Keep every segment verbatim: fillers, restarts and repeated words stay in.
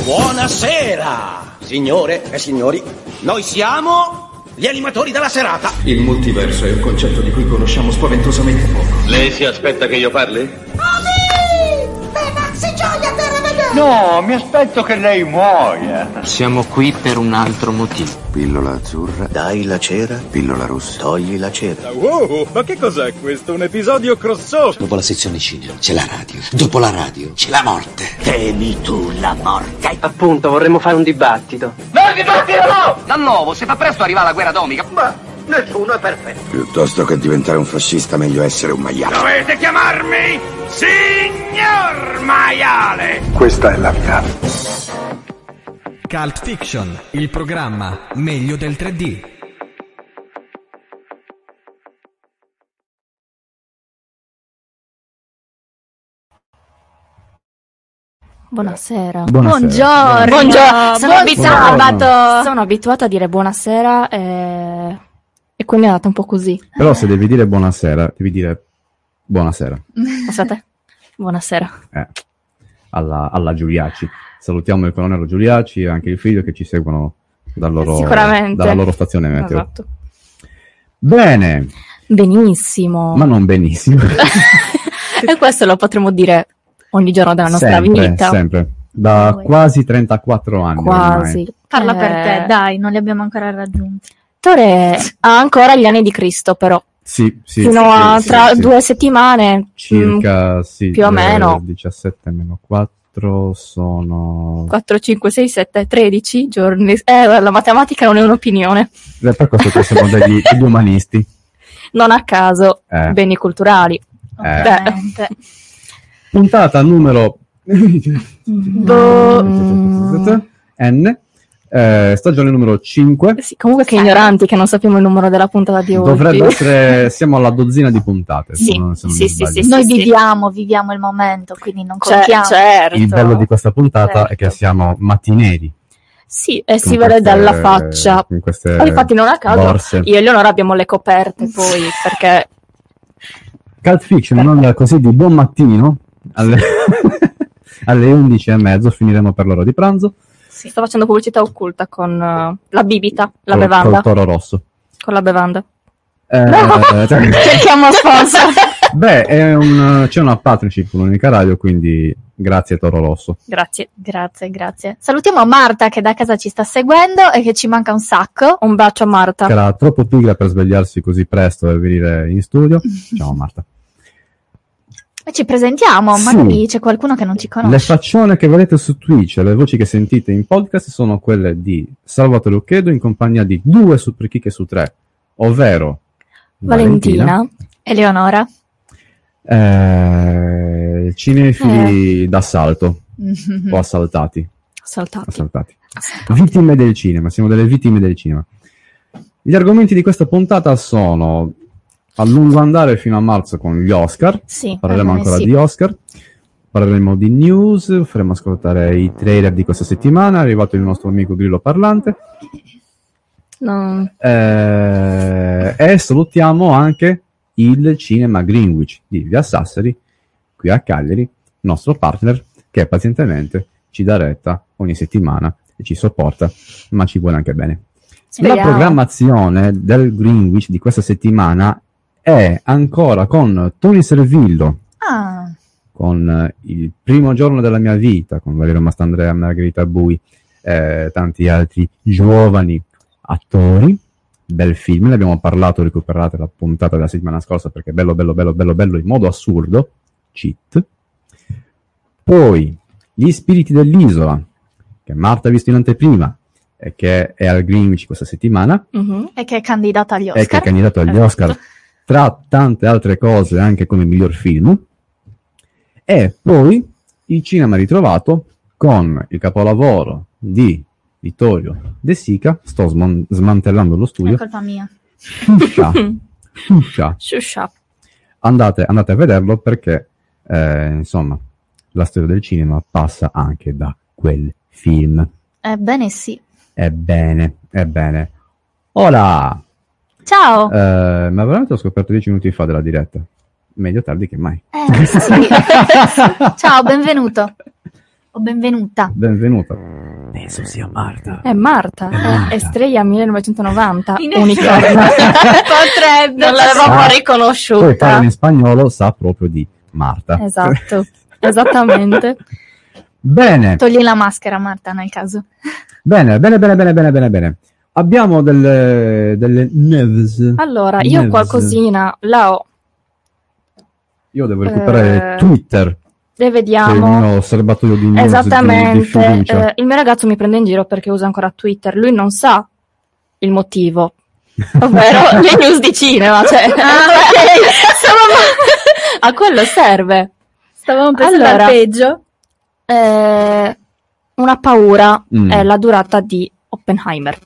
Buonasera, signore e signori. Noi siamo gli animatori della serata. Il multiverso è un concetto di cui conosciamo spaventosamente poco. Lei si aspetta che io parli? Ami! Benaxi gioia per rivedere! No, mi aspetto che lei muoia. Siamo qui per un altro motivo. Pillola azzurra. Dai la cera. Pillola rossa. Togli la cera. Wow, ma che cos'è questo? Un episodio crossover? Dopo la sezione cinema c'è la radio. Dopo la radio c'è la morte. Temi tu la morte. Appunto, vorremmo fare un dibattito. No, il dibattito no! Da nuovo, se fa presto arriva la guerra atomica. Ma nessuno è perfetto. Piuttosto che diventare un fascista, meglio essere un maiale. Dovete chiamarmi Signor Maiale! Questa è la mia. Cult Fiction, il programma meglio del tre D. Buonasera. Buonasera. Buongiorno. Buongiorno. Sono, abitu- Buongiorno. sono abituata a dire buonasera e... e quindi è andata un po' così. Però se devi dire buonasera, devi dire buonasera. Aspetta. Buonasera. Eh, alla, alla Giuliacci. Salutiamo il colonnello Giuliacci e anche il figlio che ci seguono dal loro, Sicuramente. dalla loro stazione meteo. Esatto. Bene. Benissimo. Ma non benissimo. E questo lo potremmo dire ogni giorno della nostra sempre, vita. Sempre. Da Noi. quasi trentaquattro anni. Quasi. Ormai. Parla Eh, per te, dai, non li abbiamo ancora raggiunti. Tore ha ancora gli anni di Cristo, però. Sì, sì. Fino sì, a sì, tra sì. due settimane. Circa, mh, sì. più o eh, meno. diciassette meno quattro sono... quattro, cinque, sei, sette, tredici giorni. Eh, la matematica non è un'opinione. Eh, Per questo che siamo degli, degli umanisti. Non a caso, Eh. beni culturali. Eh. Ovviamente. Puntata numero Boh. N, eh, stagione numero cinque. Sì, comunque che ignoranti che non sappiamo il numero della puntata di oggi. Dovrebbe essere, siamo alla dozzina di puntate. Sì, se non- se non sì, mi sì, sbaglio. sì, Noi sì. viviamo, viviamo il momento, quindi non Cioè, contiamo. certo. Il bello di questa puntata è che Certo. siamo mattineri. Sì, e si con vede queste- dalla faccia. con queste Poi infatti non a caso borse. io e Eleonora abbiamo le coperte poi, perché Cult Fiction, non così di buon mattino, alle, alle undici e mezzo finiremo per l'ora di pranzo. sì, sto facendo pubblicità occulta con eh, la bibita, la col- bevanda. Col toro rosso. Con la bevanda. Eh, cioè- Cerchiamo sponsor. Beh, è un, c'è una partnership con l'Unica Radio, quindi grazie Toro Rosso. Grazie. Grazie, grazie. Salutiamo Marta che da casa ci sta seguendo e che ci manca un sacco. Un bacio a Marta. Che era troppo pigra per svegliarsi così presto e venire in studio. Ciao Marta. E ci presentiamo, Sì. magari c'è qualcuno che non ci Le conosce. faccione che vedete su Twitch e le voci che sentite in podcast sono quelle di Salvatore Lucchedo in compagnia di due super chicche su tre, ovvero Valentina. Eleonora. eh, cinefili d'assalto o assaltati. Saltati. assaltati. Vittime del cinema, siamo delle vittime del cinema. Gli argomenti di questa puntata sono a lungo andare fino a marzo con gli Oscar. Sì, Parleremo eh, ancora sì. di Oscar. Parleremo di news, faremo ascoltare i trailer di questa settimana. È arrivato il nostro amico Grillo Parlante. No. Eh, e salutiamo anche il Cinema Greenwich di Via Sassari, qui a Cagliari, nostro partner che pazientemente ci dà retta ogni settimana e ci sopporta, ma ci vuole anche bene. Speriamo. La programmazione del Greenwich di questa settimana è ancora con Tony Servillo, Ah, con eh, Il primo giorno della mia vita, con Valerio Mastandrea, Margherita Bui, eh, tanti altri giovani attori. Bel film, ne abbiamo parlato, recuperate la puntata della settimana scorsa perché è bello, bello, bello, bello, bello in modo assurdo. Cheat. Poi Gli spiriti dell'isola, che Marta ha visto in anteprima e che è al Greenwich questa settimana Mhm. e che è candidata agli e che è Oscar. candidato agli Esatto. Oscar tra tante altre cose anche come miglior film. E poi il cinema ritrovato con il capolavoro di Vittorio De Sica. Sto smon- smantellando lo È studio. colpa mia. Shusha. Shusha. Shusha. Andate, andate a vederlo perché eh, insomma la storia del cinema passa anche da quel film. Ebbene sì. Ebbene, ebbene. Ora, Ciao. eh, ma veramente ho scoperto dieci minuti fa della diretta. Meglio tardi che mai. Eh, sì. Ciao, benvenuto. O benvenuta. Benvenuta. Penso sia Marta. È Marta, È Marta. è Estrella millenovecentonovanta, In unicorno. Potrebbe. Non l'avevo Ah, un po' Poi riconosciuta. parla in spagnolo, sa proprio di Marta. Esatto, esattamente. Bene, Togli la maschera, Marta, nel caso. bene, bene, bene, bene, bene, bene, bene. Abbiamo delle, delle news. Allora, io News. qualcosina la ho. Io devo recuperare Eh, Twitter, E che è il vediamo. mio serbatoio di news di, di Esattamente. fiducia. Eh, il mio ragazzo mi prende in giro perché usa ancora Twitter. Lui non sa il motivo. Ovvero le news di cinema. Cioè, a quello serve. Stavamo pensando Allora, al peggio. Eh, una paura Mm. è la durata di Oppenheimer.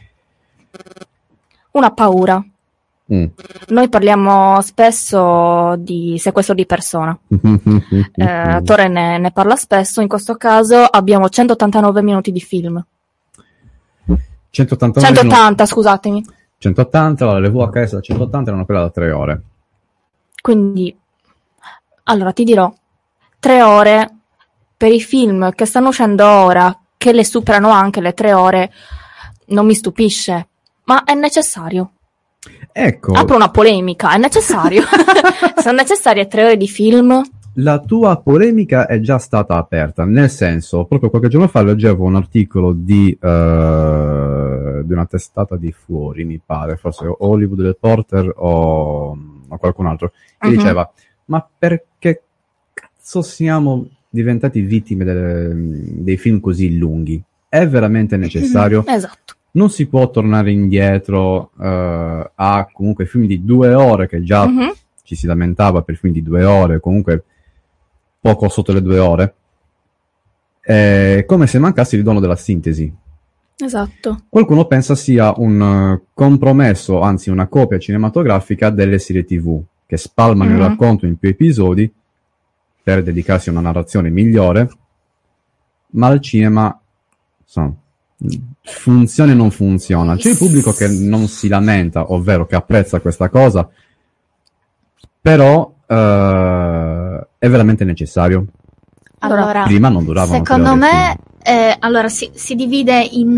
Una paura. Mm. Noi parliamo spesso di sequestro di persona. Eh, Torre ne, ne parla spesso. In questo caso abbiamo centottantanove minuti di film. centottanta, centottanta, scusatemi. centottanta, allora, le V H S da centottanta erano quelle da tre ore. Quindi, allora ti dirò, tre ore per i film che stanno uscendo ora, che le superano anche le tre ore, non mi stupisce, ma è necessario. Ecco, Apro una polemica, è necessario. Sono necessarie tre ore di film? la tua polemica è già stata aperta, nel senso, proprio qualche giorno fa leggevo un articolo di, eh, di una testata di fuori, mi pare, forse Hollywood Reporter o, o qualcun altro, che Mhm. diceva, ma perché cazzo siamo diventati vittime delle- dei film così lunghi? È veramente necessario? Esatto. Non si può tornare indietro eh, a comunque film di due ore, che già Mhm. ci si lamentava per film di due ore, comunque poco sotto le due ore. È come se mancasse il dono della sintesi. Esatto. Qualcuno pensa sia un eh, compromesso, anzi una copia cinematografica delle serie tivù, che spalmano il Mhm. racconto in più episodi per dedicarsi a una narrazione migliore, ma al cinema, insomma, funziona e non funziona. C'è il pubblico che non si lamenta, ovvero che apprezza questa cosa, però eh, è veramente necessario. Allora, Prima non duravano tre secondo ore il me, eh, allora si, si divide in,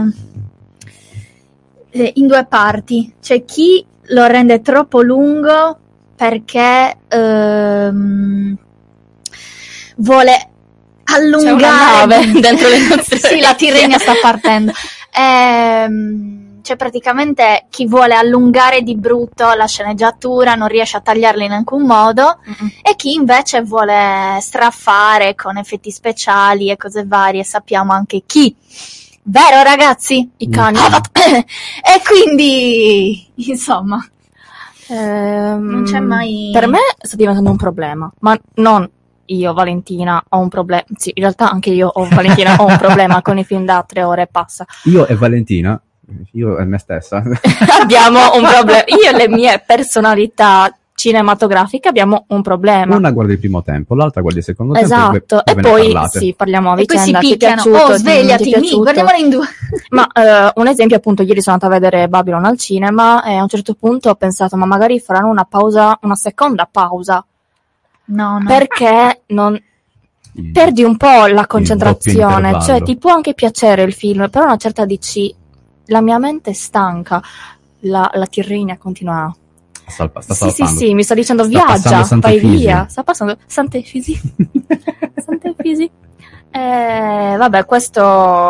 eh, eh, in due parti. C'è chi lo rende troppo lungo perché ehm, vuole allungare. C'è una nave dentro le nostre Sì, la Tirrenia sta partendo. Ehm, c'è praticamente chi vuole allungare di brutto la sceneggiatura, non riesce a tagliarla in alcun modo, e chi invece vuole straffare con effetti speciali e cose varie. Sappiamo anche chi. Vero, ragazzi? I cani. E quindi, insomma, Ehm, non c'è mai... Per me sta diventando un problema, ma non io, Valentina, ho un problema. Sì, in realtà anche io, ho, Valentina, ho un problema con i film da tre ore e passa. Io e Valentina, io e me stessa, Abbiamo un problema. Io e le mie personalità cinematografiche abbiamo un problema. una guarda il primo tempo, l'altra guarda il secondo tempo, Esatto, e e ve ne poi parlate. sì, parliamo a E poi si vicenda, ti è picchiano. piaciuto, Oh, ti- ti è svegliati, mi, piaciuto? guardiamola in due. Ma eh, un esempio, appunto, ieri sono andata a vedere Babylon al cinema e a un certo punto ho pensato, ma magari faranno una pausa, una seconda pausa, No, no. perché non perdi un po' la concentrazione, intervallo. cioè ti può anche piacere il film, però a una certa dici, la mia mente è stanca, la, la Tirrenia continua. Salpa- sta Sì, sì, salpando. sì, mi sta dicendo Sta viaggia, passando Santa vai Efisi. via, sta passando Sant'Efisi. Sant'Efisi. Eh, vabbè, questo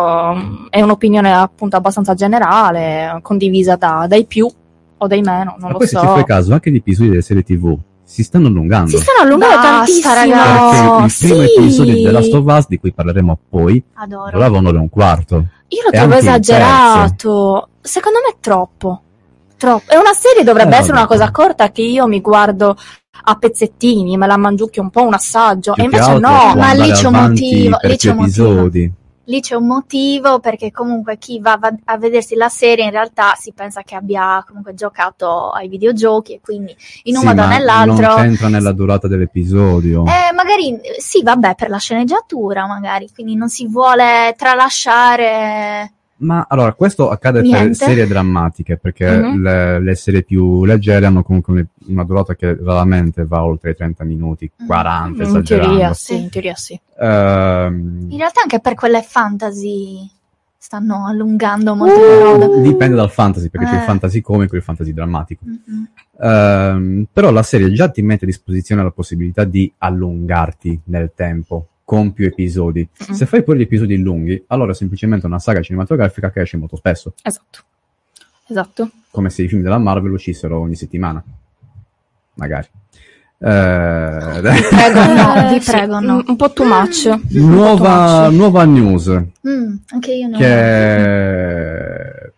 è un'opinione appunto abbastanza generale, condivisa da, dai più o dai meno, non Ma lo poi se so. ci fai caso, anche gli episodi delle serie tivù si stanno allungando. Si stanno allungando Basta, tantissimo. ragazzi. Perché il primo Sì. episodio di The Last of Us, di cui parleremo poi, Adoro. durava un'ora e un quarto. Io lo E trovo anche il esagerato. Secondo me è troppo. Troppo. E una serie dovrebbe Eh, essere vabbè. una cosa corta che io mi guardo a pezzettini, me la mangiucchio un po' un assaggio. Più e che invece altro no. può Ma lì andare c'è un avanti motivo, per lì c'è più un motivo. episodi. Lì c'è un motivo, perché comunque chi va va- a vedersi la serie in realtà si pensa che abbia comunque giocato ai videogiochi, e quindi in un Sì, modo o ma nell'altro non c'entra nella durata dell'episodio. eh, magari eh, sì, vabbè, per la sceneggiatura magari, quindi non si vuole tralasciare Ma allora, questo accade Niente. per serie drammatiche, perché Mhm. le, le serie più leggere hanno comunque una- una durata che raramente va oltre i trenta minuti, quaranta, In esagerando. teoria sì, in teoria sì. Ehm, In realtà anche per quelle fantasy stanno allungando molto il brodo. dipende dal fantasy, perché c'è il Eh. fantasy comico e il fantasy drammatico. Mhm. Ehm, però la serie già ti mette a disposizione la possibilità di allungarti nel tempo con più episodi. Mm. Se fai poi gli episodi lunghi, allora è semplicemente una saga cinematografica che esce molto spesso, Esatto. Esatto. come se i film della Marvel uscissero ogni settimana. Magari. Eh, Prego no, Eh, vi sì, prego no. un, un po' too much. Un po' too nuova, much. nuova news Mm, anche io no. che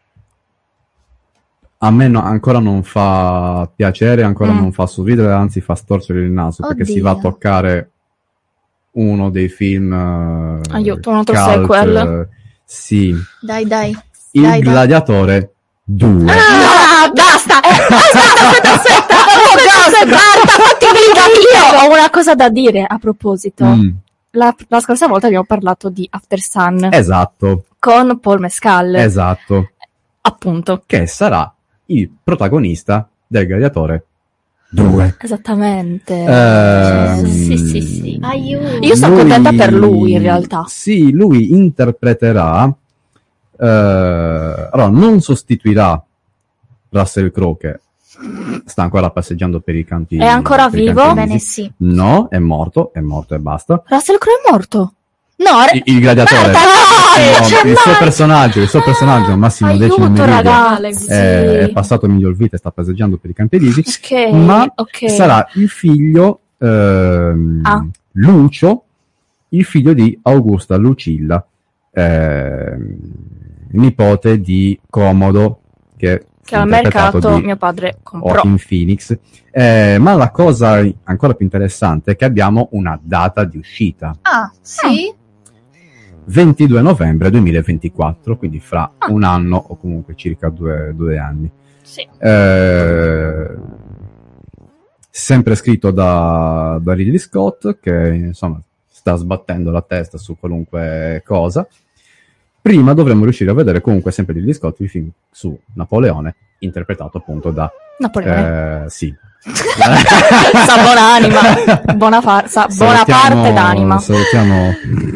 a me no- ancora non fa piacere, ancora Mm. non fa sorridere, anzi fa storcere il naso, perché si va a Oddio. toccare uno dei film eh, Aiuto, un altro cult, sequel. eh, sì, Dai, dai. Il dai, dai. Gladiatore due. Ah, basta! Eh, aspetta, aspetta, aspetta! Oh, cosa? Marta, fatti venire Io ho una cosa da dire a proposito. Mm, La, la scorsa volta abbiamo parlato di After Sun esatto, con Paul Mescal. esatto, Appunto. che sarà il protagonista del Gladiatore due. Esattamente. Ehm, sì, sì, sì. Aiuto. Io sono lui- contenta per lui, in realtà. Sì, lui interpreterà. eh, allora, non sostituirà Russell Crowe, che sta ancora passeggiando per i campi. È ancora per i vivo? campi Bene, elisi. sì. No, è morto, è morto e basta. Russell Crowe è morto. No, re- Il, il gladiatore. Marta, no, No, c'è il suo mai- personaggio, il suo personaggio, Massimo Decimo Aiuto, Meridio, ragazzi. è, è passato a miglior vita e sta passeggiando per i campi elisi. Ok, Ma ok. sarà il figlio ehm, Ah. Lucio, il figlio di Augusta Lucilla, ehm, nipote di Comodo, che, Che al interpretato mercato di mio padre comprò. Joaquin Phoenix. Eh, ma la cosa ancora più interessante è che abbiamo una data di uscita. Ah, sì? ventidue novembre duemilaventiquattro, quindi fra un anno o comunque circa due, due anni. Sì. Eh, sempre scritto da, da Ridley Scott, che insomma sta sbattendo la testa su qualunque cosa. Prima dovremmo riuscire a vedere comunque sempre Ridley Scott il film su Napoleone, interpretato appunto da Napoleone. eh, sì. Sa buona anima. Buona, fa- sa buona Salutiamo- parte d'anima. Salutiamo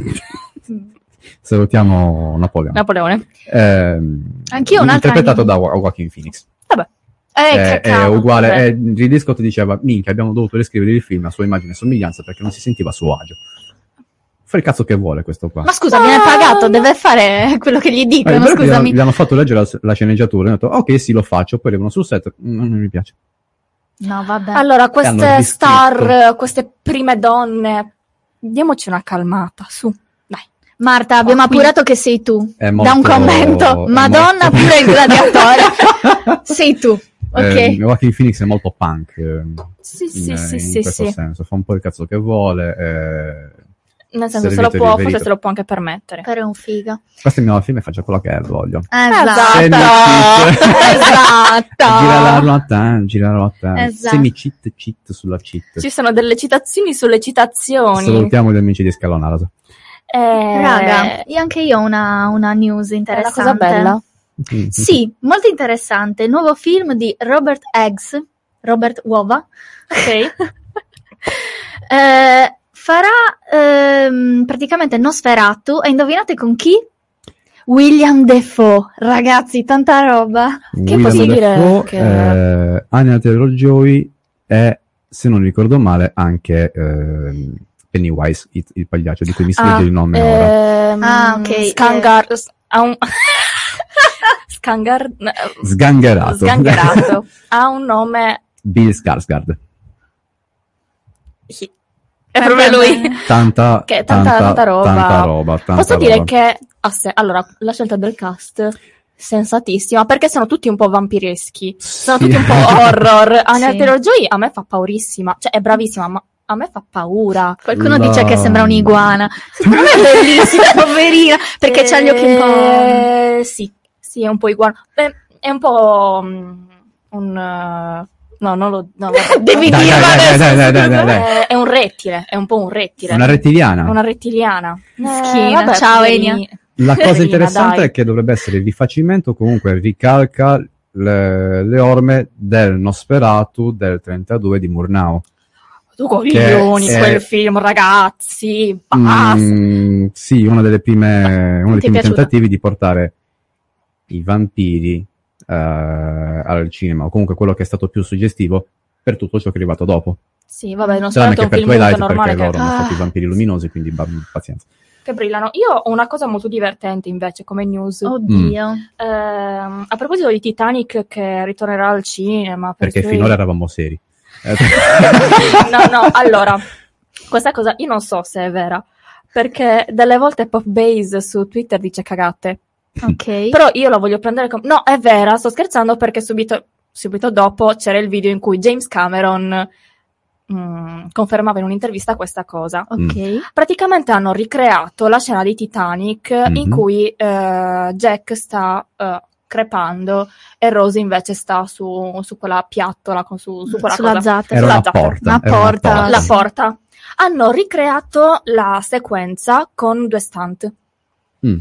salutiamo Napoleone. Napoleone. Ehm, Anch'io un'altra interpretato anima. da Wa- Joaquin Phoenix. Vabbè. Eh, è, è cacao. uguale. Vabbè. È, Ridley Scott diceva: minchia, abbiamo dovuto riscrivere il film a sua immagine e somiglianza perché non si sentiva a suo agio. Fa il cazzo che vuole questo qua. Ma scusa, viene pagato, deve fare quello che gli Eh, dicono, però gli hanno- scusami. Gli hanno fatto leggere la, la sceneggiatura e hanno detto: ok, sì, lo faccio. Poi arrivano sul set. "Mm, non mi piace. No, vabbè. Allora, hanno queste riscritto. star, queste prime donne, diamoci una calmata, su. Dai. Marta, abbiamo Oh, qui- appurato che sei tu. È Da un molto- commento. è Madonna, molto- pure il gladiatore. Sei tu, ok? Eh, Joaquin Phoenix è molto punk. eh, Sì, in, sì, sì, in sì, questo sì. senso. Fa un po' il cazzo che vuole. eh, Nel senso, se lo servitore può, di forse verità. se lo può anche permettere. Per un figo. Questo è il mio film e faccio quello che voglio. Esatto. Se mi cheat. Esatto. Girarlo a te, girarlo a te. Esatto. Se mi cheat, cheat sulla cheat. Ci sono delle citazioni sulle citazioni. Salutiamo gli amici di Scalonara. Eh, Raga, io anche io ho una, una news è una interessante. cosa bella. Sì, molto interessante. Nuovo film di Robert Eggs, Robert Uova. Ok. Eh, farà ehm, praticamente Nosferatu e indovinate con chi? William Dafoe. Ragazzi, tanta roba. Che William posso dire Dafoe, che- eh, Anya Taylor-Joy e, se non ricordo male, anche ehm, Pennywise, il, il pagliaccio di cui mi sfugge Ah, il nome ora. ehm, Ah, ok, Scangar... Ha un... Scangar... Sgangherato. Sgangherato. Ha un nome... Bill Skarsgård. Sì. È proprio lui. Tanta, Che tanta, tanta, tanta roba. tanta roba, tanta Posso roba. dire che a se- allora la scelta del cast sensatissima, perché sono tutti un po' vampireschi, sono Sì. tutti un po' horror. Anya Sì. Taylor-Joy a me fa paurissima, cioè è bravissima, ma a me fa paura. Qualcuno La- dice che sembra un'iguana. Secondo me è bellissima, poverina, perché c'ha gli occhi un po'... Eh, sì, sì, è un po' uguale. Beh, è un po' mm, un eh, no, non lo no, vabbè. Devi Dai, dirlo dai, dai, adesso. dai, dai, dai, dai, dai. È, è un rettile, è un po' un rettile. Una rettiliana. Una rettiliana. Schifina. vabbè, Ciao, poverini- La cosa Carina, interessante dai. è che dovrebbe essere il rifacimento, comunque ricalca le, le orme del Nosferatu del trentadue di Murnau. Tu coglioni, Che è- quel film, ragazzi, basta. Mm, sì, una delle prime, uno dei Ti è primi piaciuto? tentativi di portare i vampiri eh, al cinema, o comunque quello che è stato più suggestivo per tutto ciò che è arrivato dopo. Sì, vabbè, non Tranne è che un per film Twilight, molto perché normale loro che... hanno fatto Ah, i vampiri luminosi, quindi ba- pazienza. che brillano. Io ho una cosa molto divertente invece come news. Oddio. Ehm, a proposito di Titanic che ritornerà al cinema. Perché cui- finora eravamo seri. Eh, No, no, allora, questa cosa io non so se è vera, perché delle volte Pop Base su Twitter dice cagate. Ok. Però io la voglio prendere come... No, è vera, sto scherzando perché subito, subito dopo c'era il video in cui James Cameron mm, confermava in un'intervista questa cosa. Ok. Praticamente hanno ricreato la scena di Titanic in Mhm. cui eh, Jack sta eh, crepando e Rose invece sta su, su quella piattola, con- su, su quella Sulla cosa. zattera. Era Sulla una zattera. porta. Una era una porta. porta. La porta. Hanno ricreato la sequenza con due stunt. Mm.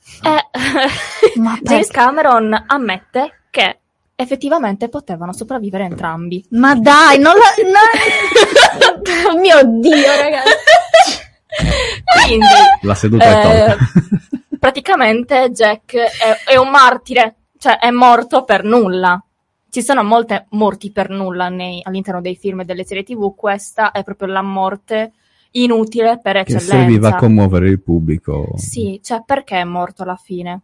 E Ma James perché? Cameron ammette che effettivamente potevano sopravvivere entrambi. Ma dai, non la... no. Oh mio Dio, ragazzi. Quindi La seduta è eh, tolta. praticamente Jack è, è un martire, cioè è morto per nulla. Ci sono molte morti per nulla nei- all'interno dei film e delle serie tivù, questa è proprio la morte inutile per Che eccellenza. serviva a commuovere il pubblico. Sì, cioè perché è morto alla fine?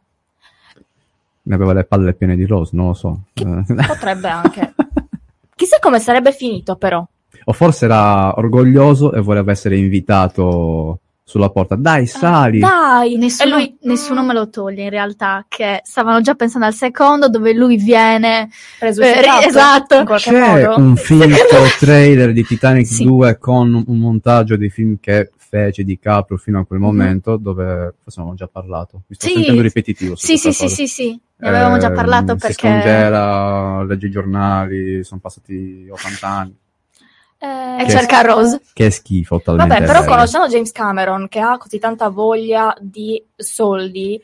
Ne aveva le palle piene di Rose, non lo so. Eh. Potrebbe anche. Chissà come sarebbe finito però. O forse era orgoglioso e voleva essere invitato sulla porta. Dai, sali! Dai, Nessuno, e lui nessuno me lo toglie in realtà, che stavano già pensando al secondo dove lui viene resuscitato, eh, esatto. in qualche C'è modo. un finto trailer di Titanic Sì. due con un montaggio dei film che fece DiCaprio fino a quel momento, dove forse ne avevamo già parlato. Mi sto Sì. sentendo ripetitivo su Sì, sì, questa sì, cosa. sì, sì, ne avevamo già Ehm, parlato Si perché... scongela, legge i giornali, sono passati ottanta anni. Eh, E cerca Rose. Che schifo talmente. Vabbè, però bello. conoscendo James Cameron, che ha così tanta voglia di soldi,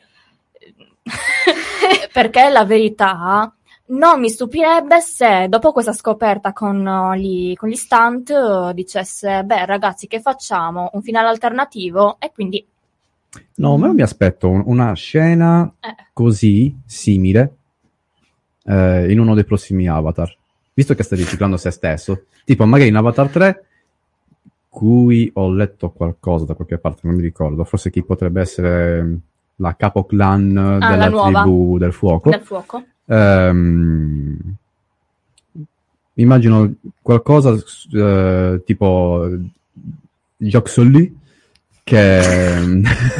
perché la verità, non mi stupirebbe se dopo questa scoperta con, uh, gli, con gli stunt uh, dicesse, beh ragazzi, che facciamo? Un finale alternativo? E quindi... No, ma io mi aspetto un- una scena Eh. così simile eh, in uno dei prossimi Avatar. Visto che sta riciclando se stesso, tipo magari in Avatar tre, cui ho letto qualcosa da qualche parte, non mi ricordo, forse chi potrebbe essere la capo clan Ah, della la nuova. tribù del fuoco. Del fuoco. Ehm, immagino qualcosa eh, tipo Joxolly che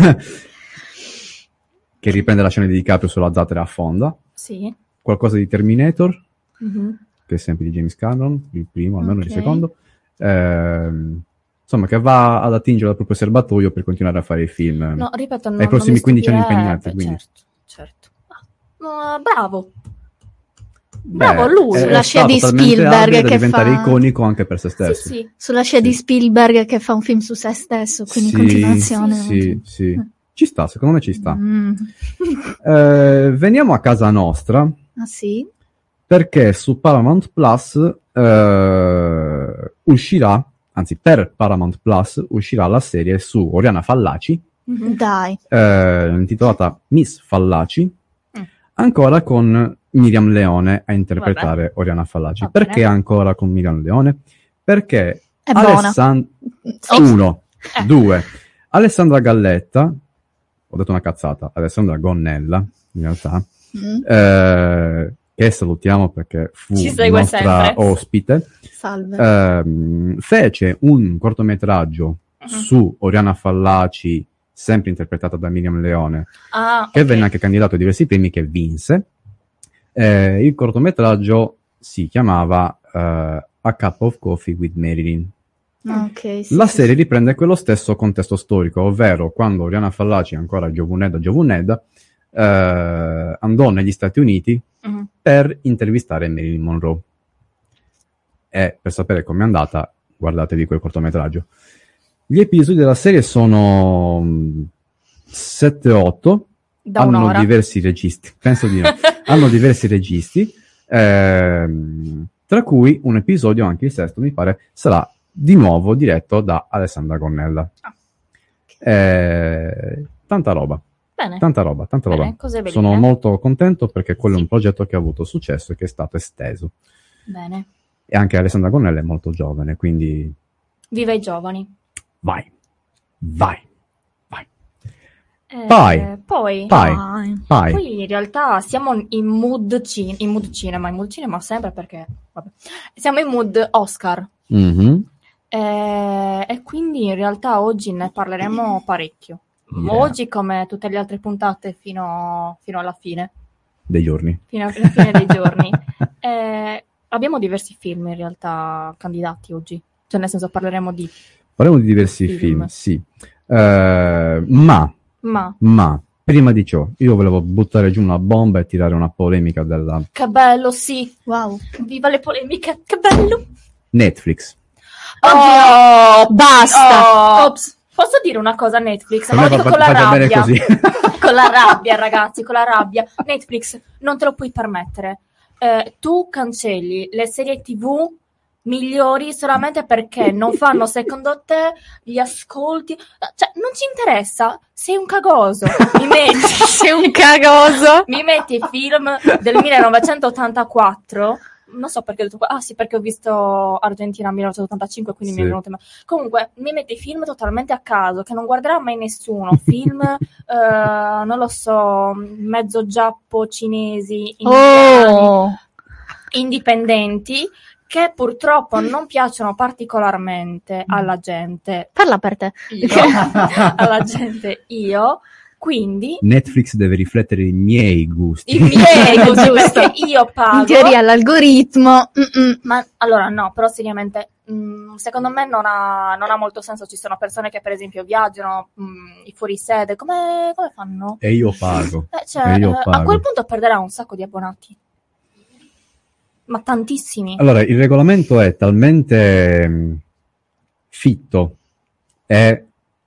che riprende la scena di DiCaprio sulla zattera a fonda, Sì. qualcosa di Terminator Mhm. che è sempre di James Cameron, il primo almeno, Ok. il secondo. Ehm, insomma, che va ad attingere dal proprio serbatoio per continuare a fare i film. No, ripeto, no, ai prossimi non mi quindici anni stupirebbe, impegnati, quindi. Certo, certo. Ah, bravo. Beh, bravo lui. è- Sulla è scia stato di talmente Spielberg abile da che diventare fa- iconico anche per se Sì, stesso. sì. Sulla scia di Spielberg che fa un film su se stesso, quindi in Sì, continuazione. Sì, sì. Ci sta, secondo me ci sta. Mm. Eh, veniamo a casa nostra, Ah sì? perché su Paramount Plus eh, uscirà, anzi per Paramount Plus uscirà la serie su Oriana Fallaci, Mhm. Dai. eh, intitolata Miss Fallaci, Mm. ancora con Miriam Leone a interpretare Oriana Fallaci. Va bene. Perché ancora con Miriam Leone? Perché È buona. Alessan- Sì. uno, Eh. due, Alessandra Galletta, ho detto una cazzata, Alessandra Gonnella, in realtà, Mm. eh, che salutiamo perché fu Ci segue nostra sempre. ospite, Salve. ehm, fece un cortometraggio Mhm. su Oriana Fallaci, sempre interpretata da Miriam Leone, Ah, che ok. venne anche candidato a diversi premi, che vinse. Eh, il cortometraggio si chiamava eh, A Cup of Coffee with Marilyn. Ok, sì, La sì, serie sì. riprende quello stesso contesto storico, ovvero quando Oriana Fallaci, ancora giovunedda giovunedda, eh, andò negli Stati Uniti Mhm. per intervistare Marilyn Monroe. E per sapere com'è andata, guardatevi quel cortometraggio. Gli episodi della serie sono sette otto, Da hanno un'ora. diversi registi, penso di no, hanno diversi registi, ehm, tra cui un episodio, anche il sesto mi pare, sarà di nuovo diretto da Alessandra Gonnella. Ah. Eh, tanta roba. Bene. Tanta roba, tanta Bene, roba. cose belline. Sono molto contento perché quello Sì. è un progetto che ha avuto successo e che è stato esteso. Bene. E anche Alessandra Gonnella è molto giovane, quindi Viva i giovani. vai, vai, Eh, Vai. Poi, vai, vai. poi in realtà siamo in mood, cin- in mood cinema, in mood cinema sempre perché vabbè. Siamo in mood Oscar. Mhm. Eh, e quindi in realtà oggi ne parleremo parecchio. Yeah. Oggi come tutte le altre puntate fino, fino alla fine. Dei giorni. Fino alla fine dei giorni. Eh, abbiamo diversi film in realtà candidati oggi. Cioè nel senso parleremo di... Parliamo di diversi film, Film. sì. Eh, ma, Ma ma, prima di ciò, io volevo buttare giù una bomba e tirare una polemica della che bello, sì. Wow. Viva le polemiche, che bello. Netflix. Oh, basta. Oh. Ops. Posso dire una cosa a Netflix? Per Ma me lo dico fa- con la fa bene rabbia. così. Con la rabbia, ragazzi, con la rabbia. Netflix, non te lo puoi permettere. Eh, tu cancelli le serie tivù migliori solamente perché non fanno, secondo te, gli ascolti. Cioè, non ci interessa. Sei un cagoso. Mi metti, Sei un cagoso. mi metti film del millenovecentottantaquattro. Non so perché ho detto qua. Ah, sì, perché ho visto Argentina millenovecentottantacinque, quindi Sì. mi è venuto in mente. Comunque, mi metti film totalmente a caso, che non guarderà mai nessuno. Film, eh, non lo so, mezzo giappo, cinesi, indiani, Oh. indipendenti, che purtroppo non piacciono particolarmente alla gente. Parla per te. Io, alla gente io, quindi Netflix deve riflettere i miei gusti. i miei gusti, Giusto. perché io pago. In teoria l'algoritmo. Mm-mm. Ma allora no, però seriamente, mh, secondo me non ha, non ha molto senso. Ci sono persone che per esempio viaggiano mh, i fuorisede, come, come fanno? E io pago. Eh, cioè, E io eh, a pago. quel punto perderà un sacco di abbonati. Ma tantissimi. Allora, il regolamento è talmente mh, fitto e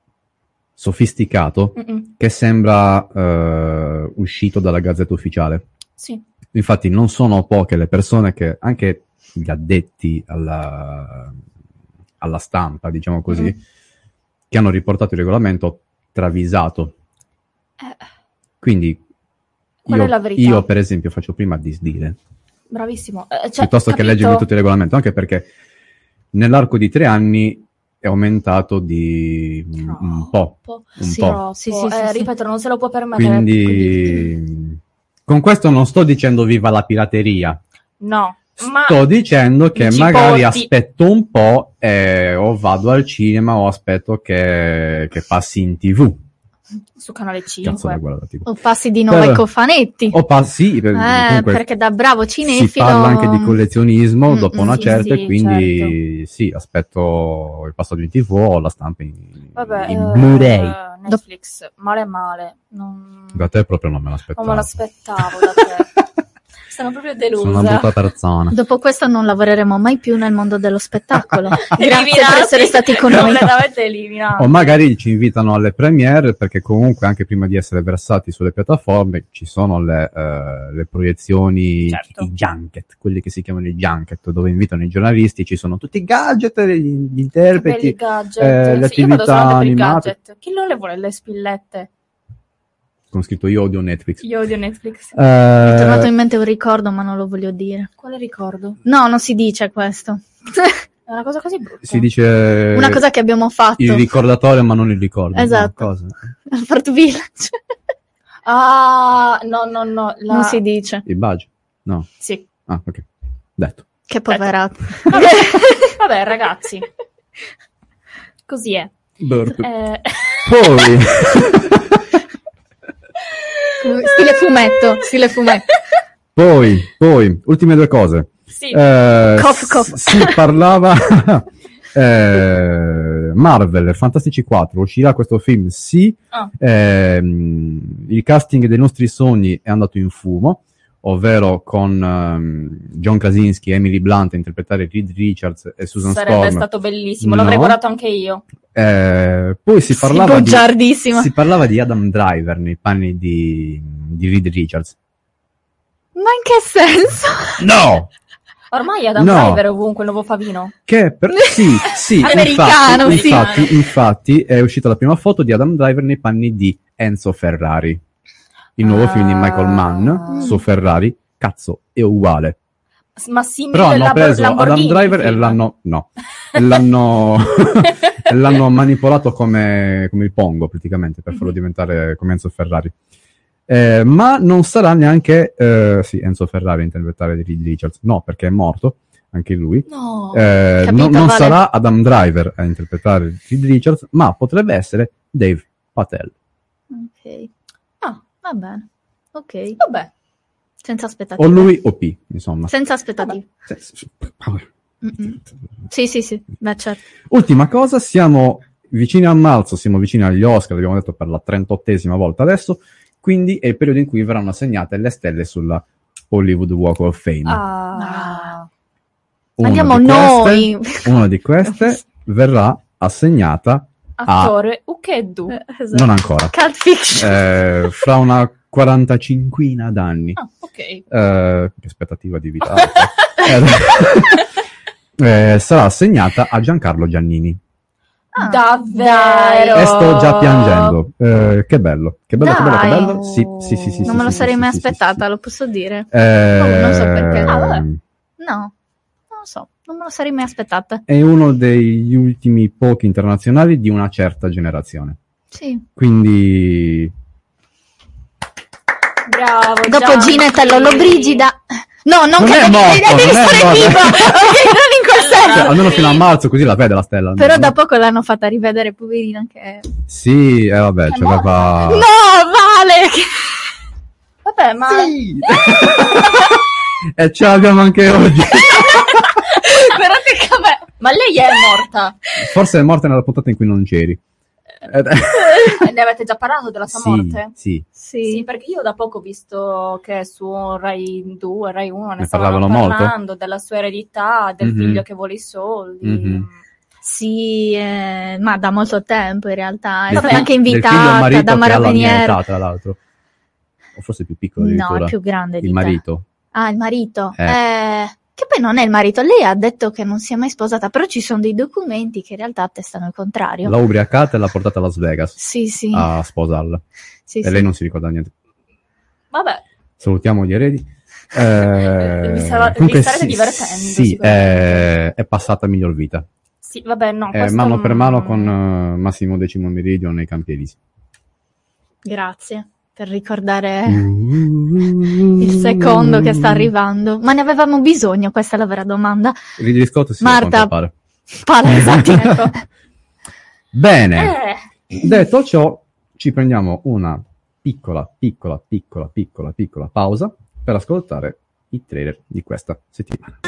sofisticato Mm-mm. che sembra eh, uscito dalla Gazzetta Ufficiale. Sì. Infatti non sono poche le persone che, anche gli addetti alla, alla stampa, diciamo così, Mm. che hanno riportato il regolamento travisato. Eh, Quindi Qual io, è la verità? io, per esempio, faccio prima a disdire, bravissimo. Eh, cioè, piuttosto che capito? leggermi tutto il regolamento, anche perché nell'arco di tre anni è aumentato di un, un po'. Po- Un sì, po'. troppo. Sì, sì, sì, Eh, sì. ripeto, non se lo può permettere. Quindi, con questo non sto dicendo viva la pirateria. No, ma Sto dicendo che ci magari porti- aspetto un po' e o vado al cinema o aspetto che, che passi in tivù. su Canale Cazzo da cinque. guarda tivù. O passi di nuovo Però- ai cofanetti. O passi, per- Eh, comunque perché da bravo si cinefilo... parla anche di collezionismo Mm, dopo mm, una sì, certa, sì, e quindi sì, aspetto il passaggio in tivù o la stampa in, Vabbè, in eh, Blu-ray. Netflix, male male. Non, Da te proprio non me l'aspettavo. non me l'aspettavo da te. Sono proprio delusa. Sono una brutta persona. Dopo questo non lavoreremo mai più nel mondo dello spettacolo. Grazie per Eliminati, essere stati con noi. completamente eliminati. O magari ci invitano alle premiere, perché comunque anche prima di essere versati sulle piattaforme ci sono le, eh, le proiezioni, Certo. i junket, quelli che si chiamano i junket, dove invitano i giornalisti, ci sono tutti i gadget, gli, gli Belli interpreti, gadget. eh, le Sì, io vado attività solamente per i animate. gadget. Chi non le vuole le spillette? Con scritto io odio Netflix. Io odio Netflix. Mi è tornato Eh, in mente un ricordo, ma non lo voglio dire. Quale ricordo? No, non si dice questo. È una cosa così brutta. si dice Una cosa che abbiamo fatto. il ricordatorio ma non il ricordo. Esatto. No, cosa? Al Fort Village. Ah, no, no, no. La... Non si dice. Il badge? No. Sì. Ah, ok. Detto. Che poverato. Vabbè, vabbè, ragazzi. Così è. Burp. Eh, Poi... Stile fumetto, stile fumetto. Poi, poi, ultime due cose. sì. Eh, Cough, cough. s- Si parlava eh, Marvel, Fantastici quattro, uscirà questo film? Sì. Ah. Ehm, il casting dei nostri sogni è andato in fumo, ovvero con ehm, John Krasinski e Emily Blunt a interpretare Reed Richards e Susan Sarebbe Storm. stato bellissimo, l'avrei No. guardato anche io. Eh, poi si parlava, sì, di, bugiardissima. si parlava di Adam Driver nei panni di, di Reed Richards. Ma in che senso? No! Ormai Adam No. Driver è ovunque il nuovo Favino. Che per... Sì, sì, Americano, infatti, sì. infatti, infatti è uscita la prima foto di Adam Driver nei panni di Enzo Ferrari. Il nuovo Ah. film di Michael Mann su Ferrari, cazzo, è uguale. Ma simile Però hanno alla preso Adam Lamborghini, Driver e film. l'hanno no e l'hanno e l'hanno manipolato come, come il Pongo praticamente per farlo diventare come Enzo Ferrari, eh, ma non sarà neanche eh, sì, Enzo Ferrari a interpretare di Reed Richards, no, perché è morto anche lui. No, eh, capito, no, non vale. sarà Adam Driver a interpretare Reed Richards, ma potrebbe essere Dave Patel. Ok. Ah, va bene. Ok. Vabbè. Senza aspettative. O lui o P, insomma. Senza aspettative. Sì, sì, sì. Vabbè. Mm-mm. Sì, sì, sì. Beh, certo. Ultima cosa, siamo vicini a marzo, siamo vicini agli Oscar, abbiamo detto per la trentottesima volta adesso, quindi è il periodo in cui verranno assegnate le stelle sulla Hollywood Walk of Fame. Ah. Una Andiamo di noi. queste- una di queste verrà assegnata Attore Ukeddu. Eh, a... esatto. non ancora, Cult Fiction. eh, fra una quarantacinquina d'anni. Ah, ok. Eh, che aspettativa di vita alta. Eh, eh, sarà assegnata a Giancarlo Giannini. Ah, Davvero? E sto già piangendo. Eh, che bello, che bello, che bello, che Dai. bello. Sì, sì, sì, sì, Non sì, me lo sì, sarei sì, mai sì, sì, aspettata, sì. lo posso dire. Eh, Oh, non so perché. Ah, vabbè. No, non lo so, non me lo sarei mai aspettata. È uno degli ultimi pochi internazionali di una certa generazione. Sì. Quindi Bravo. Dopo Gianni. Gina e Lollobrigida. No, non, Non che è morto, devi non è stare morto. vivo. Ok, non in quel senso. cioè, almeno fino a marzo così la vede la stella. Però almeno. da poco l'hanno fatta rivedere, poverina. Che... Sì, eh, vabbè, È c'aveva... No, Vale! Vabbè, ma... Sì. E ce l'abbiamo anche oggi. Però che vabbè. Ma lei è morta. Forse è morta nella puntata in cui non c'eri. Eh, Ne avete già parlato della sua sì, morte? sì. Sì, Sì. perché io da poco ho visto che su Rai due, Rai uno ne, Ne stavano parlavano molto? parlando della sua eredità, del Mhm. figlio che vuole i soldi. Mhm. Sì, eh, ma da molto tempo in realtà. È Del stata fi- anche del figlio invitata marito da che Mara ha la mia Venier. età, tra l'altro. O forse più piccolo No, addirittura. è più grande di Il te. marito. Ah, il marito. Eh. Eh, che poi non è il marito. Lei ha detto che non si è mai sposata, però ci sono dei documenti che in realtà attestano il contrario. L'ha ubriacata e l'ha portata a Las Vegas Sì, sì. a sposarla. sì, E sì. lei non si ricorda niente. Vabbè, Salutiamo gli eredi. Eh, Vi stava- vi comunque starete sì, divertendo, Sì, sicuramente. è, è passata a miglior vita. sì, vabbè, no. È questo mano per non- mano con eh, Massimo Decimo Meridio nei Campi Elisi. Grazie per ricordare il secondo che sta arrivando. Ma ne avevamo bisogno? Questa è la vera domanda. Ridley Scott sì, Marta. a quanto pare. Pala, esatto. Ecco. Bene, Eh, detto ciò, ci prendiamo una piccola, piccola, piccola, piccola, piccola pausa per ascoltare i trailer di questa settimana.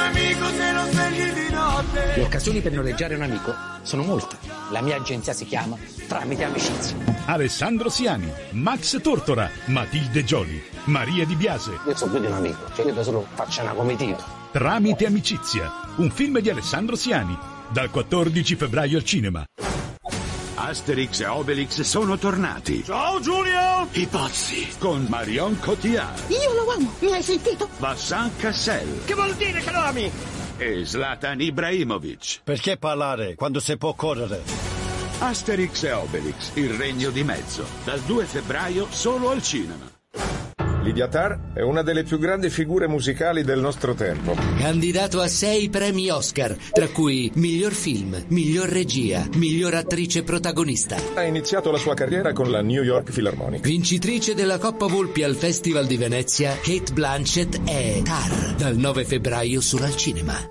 Le occasioni per noleggiare un amico sono molte. La mia agenzia si chiama Tramite Amicizia. Alessandro Siani, Max Tortora, Matilde Gioli, Maria Di Biase. Io sono più di un amico, cioè io da solo faccio una comitiva. Tramite Amicizia, un film di Alessandro Siani, dal quattordici febbraio al cinema. Asterix e Obelix sono tornati. Ciao Giulio! I pazzi, con Marion Cotillard, Io lo amo, mi hai sentito? Vincent Cassel Che vuol dire che lo ami? e Zlatan Ibrahimovic. Perché parlare quando si può correre? Asterix e Obelix, il regno di mezzo, dal due febbraio solo al cinema. Lydia Tarr è una delle più grandi figure musicali del nostro tempo. Candidato a sei premi Oscar, tra cui miglior film, miglior regia, miglior attrice protagonista. Ha iniziato la sua carriera con la New York Philharmonic. Vincitrice della Coppa Volpi al Festival di Venezia, Kate Blanchett è Tar, dal nove febbraio solo al cinema. non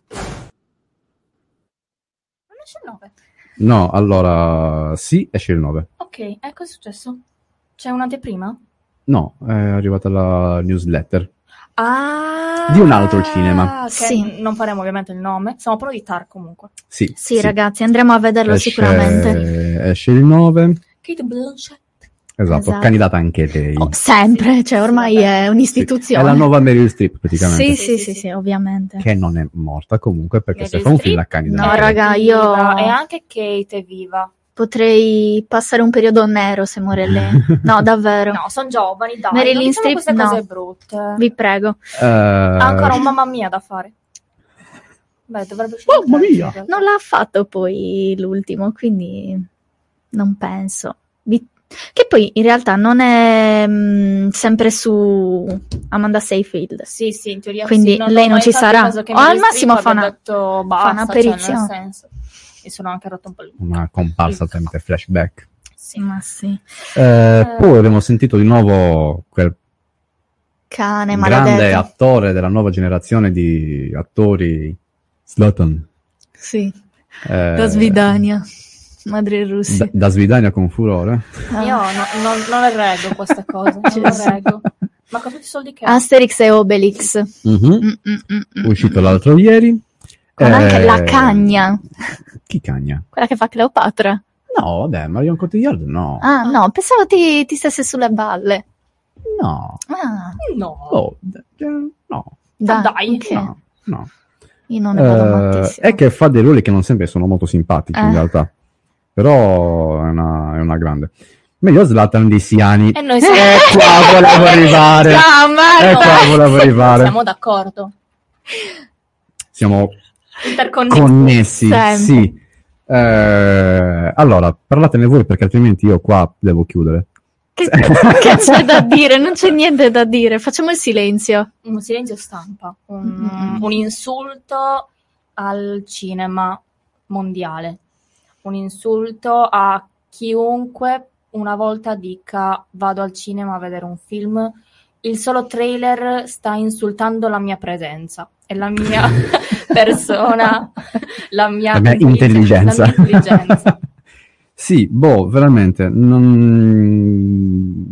esce il nove. No, allora sì, esce il nove. Ok, e cosa è successo? C'è un'anteprima? No, è arrivata la newsletter Ah, di un altro cinema. che Sì. non faremo ovviamente il nome. Stiamo parlando di Tar comunque. Sì, Sì, ragazzi, andremo a vederlo esce, sicuramente. esce il nove. Kate Blanchett. Esatto, Esatto. candidata anche lei. Oh, sempre, cioè ormai è un'istituzione. È la nuova Meryl Streep, praticamente. Sì, sì, sì, sì, ovviamente. Che non è morta comunque, perché Meryl se fa un film Streep? la candida. No, raga, io E anche Kate è viva. potrei passare un periodo nero se muore lei. No, davvero. No, sono giovani, dai. Meryl non diciamo Streep, queste no. cose brutte. Vi prego. Eh, Ha ancora un mamma mia da fare. Beh, dovrebbe uscire. Mamma mia! Non l'ha fatto poi l'ultimo, quindi non penso. Vi- Che poi in realtà non è mh, sempre su Amanda Seyfried. Sì, sì, in teoria Quindi sì. Non lei ho non mai ci fatto sarà. caso che O al Meryl massimo Streep fa abbia una, detto fa basta, un'apparizione. cioè, nel senso. Mi sono anche rotto un po' il... Una comparsa tramite flashback. Sì. Ma sì. Eh, poi abbiamo sentito di nuovo quel Cane grande maledetto. attore della nuova generazione di attori, Zlatan. Sì. Eh, Da Svidania. Madre russi. da, da Svidania con furore. Ah. Io no- non, non le reggo queste cose, non le Gesù. reggo. Ma con tutti i soldi che ha. Asterix e Obelix. Mhm. Mm, mm, mm, mm. Uscito l'altro ieri. Con anche Eh, la cagna. Chi cagna? Quella che fa Cleopatra. No, vabbè, Marion Cotillard no. Ah, no, pensavo ti, ti stesse sulle balle. No. Ah, No. Oh, d- eh, no. dai. dai. ok. No. No. Io non ne vado Eh, mattissimo. è che fa dei ruoli che non sempre sono molto simpatici in Eh. realtà. Però è una, è una grande. Meglio Zlatan di Siani. E noi E siamo... qua volevo arrivare. Ah, ma E no. qua volevo arrivare. Siamo d'accordo. Siamo Interconnessi. connessi, Sempre. sì. Eh, allora, parlatene voi perché altrimenti io qua devo chiudere. Che, che c'è da dire? Non c'è niente da dire. Facciamo il silenzio. Un silenzio stampa, un, Mm. un insulto al cinema mondiale, un insulto a chiunque una volta dica vado al cinema a vedere un film. Il solo trailer sta insultando la mia presenza e la mia persona, la mia, La mia intelligenza. la mia intelligenza. Sì, boh, veramente. Non...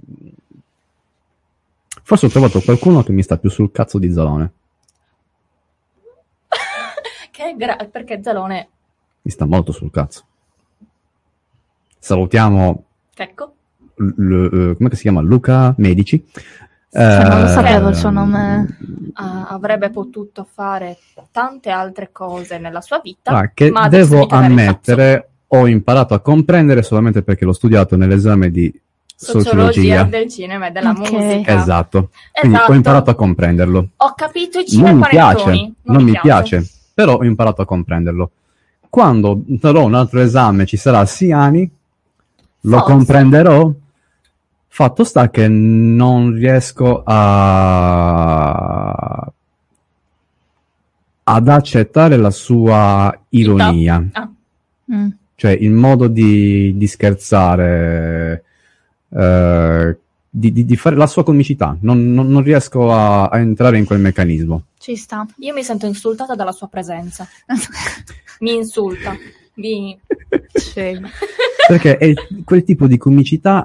Forse ho trovato qualcuno che mi sta più sul cazzo di Zalone. Che è gra- perché Zalone, Mi sta molto sul cazzo. Salutiamo, ecco, l- l- come si chiama? Luca Medici. Cioè, non lo Eh, sapevo il suo nome. ah, avrebbe potuto fare tante altre cose nella sua vita, ah, che ma adesso devo mi cagare il cazzo. ammettere, ho imparato a comprendere solamente perché l'ho studiato nell'esame di Sociologia sociologia. del cinema e della Ok. musica. Esatto. Quindi Esatto. ho imparato a comprenderlo. Ho capito i Non mi cinepanettoni. piace, non, mi piace. però ho imparato a comprenderlo. Quando farò un altro esame ci sarà Siani, lo Forse. comprenderò. Fatto sta che non riesco a ad accettare la sua ironia, Ah, Mm. cioè il modo di, di scherzare, eh, di, di- di fare la sua comicità. Non, non- non riesco a, a entrare in quel meccanismo. Ci sta. io mi sento insultata dalla sua presenza. Mi insulta. Mi... Sì. Perché è quel tipo di comicità,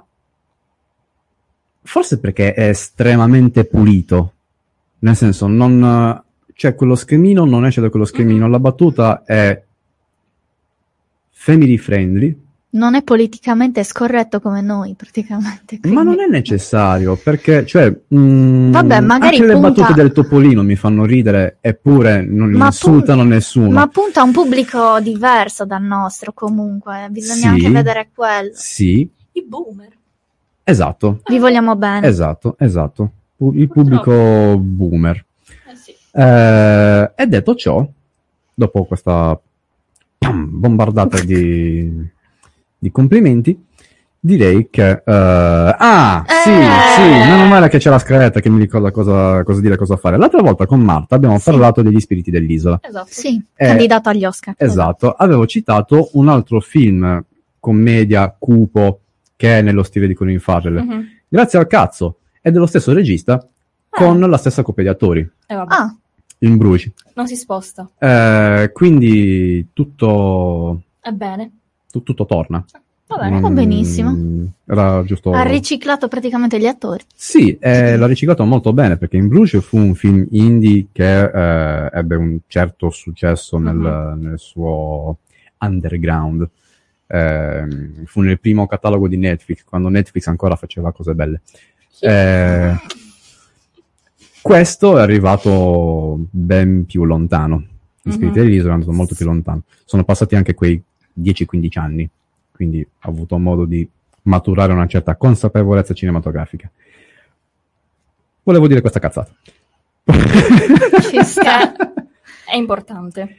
forse perché è estremamente pulito, nel senso, non c'è quello schemino, non esce da quello schemino, la battuta è family friendly, Non è politicamente scorretto come noi, praticamente. ma quindi- non è necessario, perché, cioè, mm, Vabbè, magari anche le punta- battute del Topolino mi fanno ridere, eppure non Ma insultano nessuno. Ma punta a un pubblico diverso dal nostro, comunque. Bisogna Sì. anche vedere quello. Sì, I boomer. esatto, Vi vogliamo bene. esatto, esatto, Pu- il pubblico boomer. Eh sì. Eh, e detto ciò, dopo questa pam, bombardata di, di complimenti, direi che... eh, ah, sì, Eh. sì, meno male che c'è la scaletta che mi ricorda cosa, cosa dire e cosa fare. L'altra volta con Marta abbiamo Sì. parlato degli spiriti dell'isola. Esatto. Sì, Eh, candidato agli Oscar. Esatto, avevo citato un altro film, commedia, cupo, che è nello stile di Colin Farrell. Mhm. Grazie al cazzo, è dello stesso regista, con la stessa coppia di attori, E vabbè, Ah, in Bruges. non si sposta. Eh, quindi tutto, Ebbene. tu- tutto torna. Va bene. va Mm, benissimo. Era giusto... Ha riciclato praticamente gli attori. Sì, eh, l'ha riciclato molto bene, perché in Bruges fu un film indie che eh, ebbe un certo successo nel, Mhm. nel suo underground. Eh, fu nel primo catalogo di Netflix, quando Netflix ancora faceva cose belle. Eh, questo è arrivato ben più lontano. Gli spiriti Mhm. dell'isola è andato molto più lontano. Sono passati anche quei dieci quindici anni, quindi ho avuto modo di maturare una certa consapevolezza cinematografica. Volevo dire questa cazzata. Ci sta. È importante.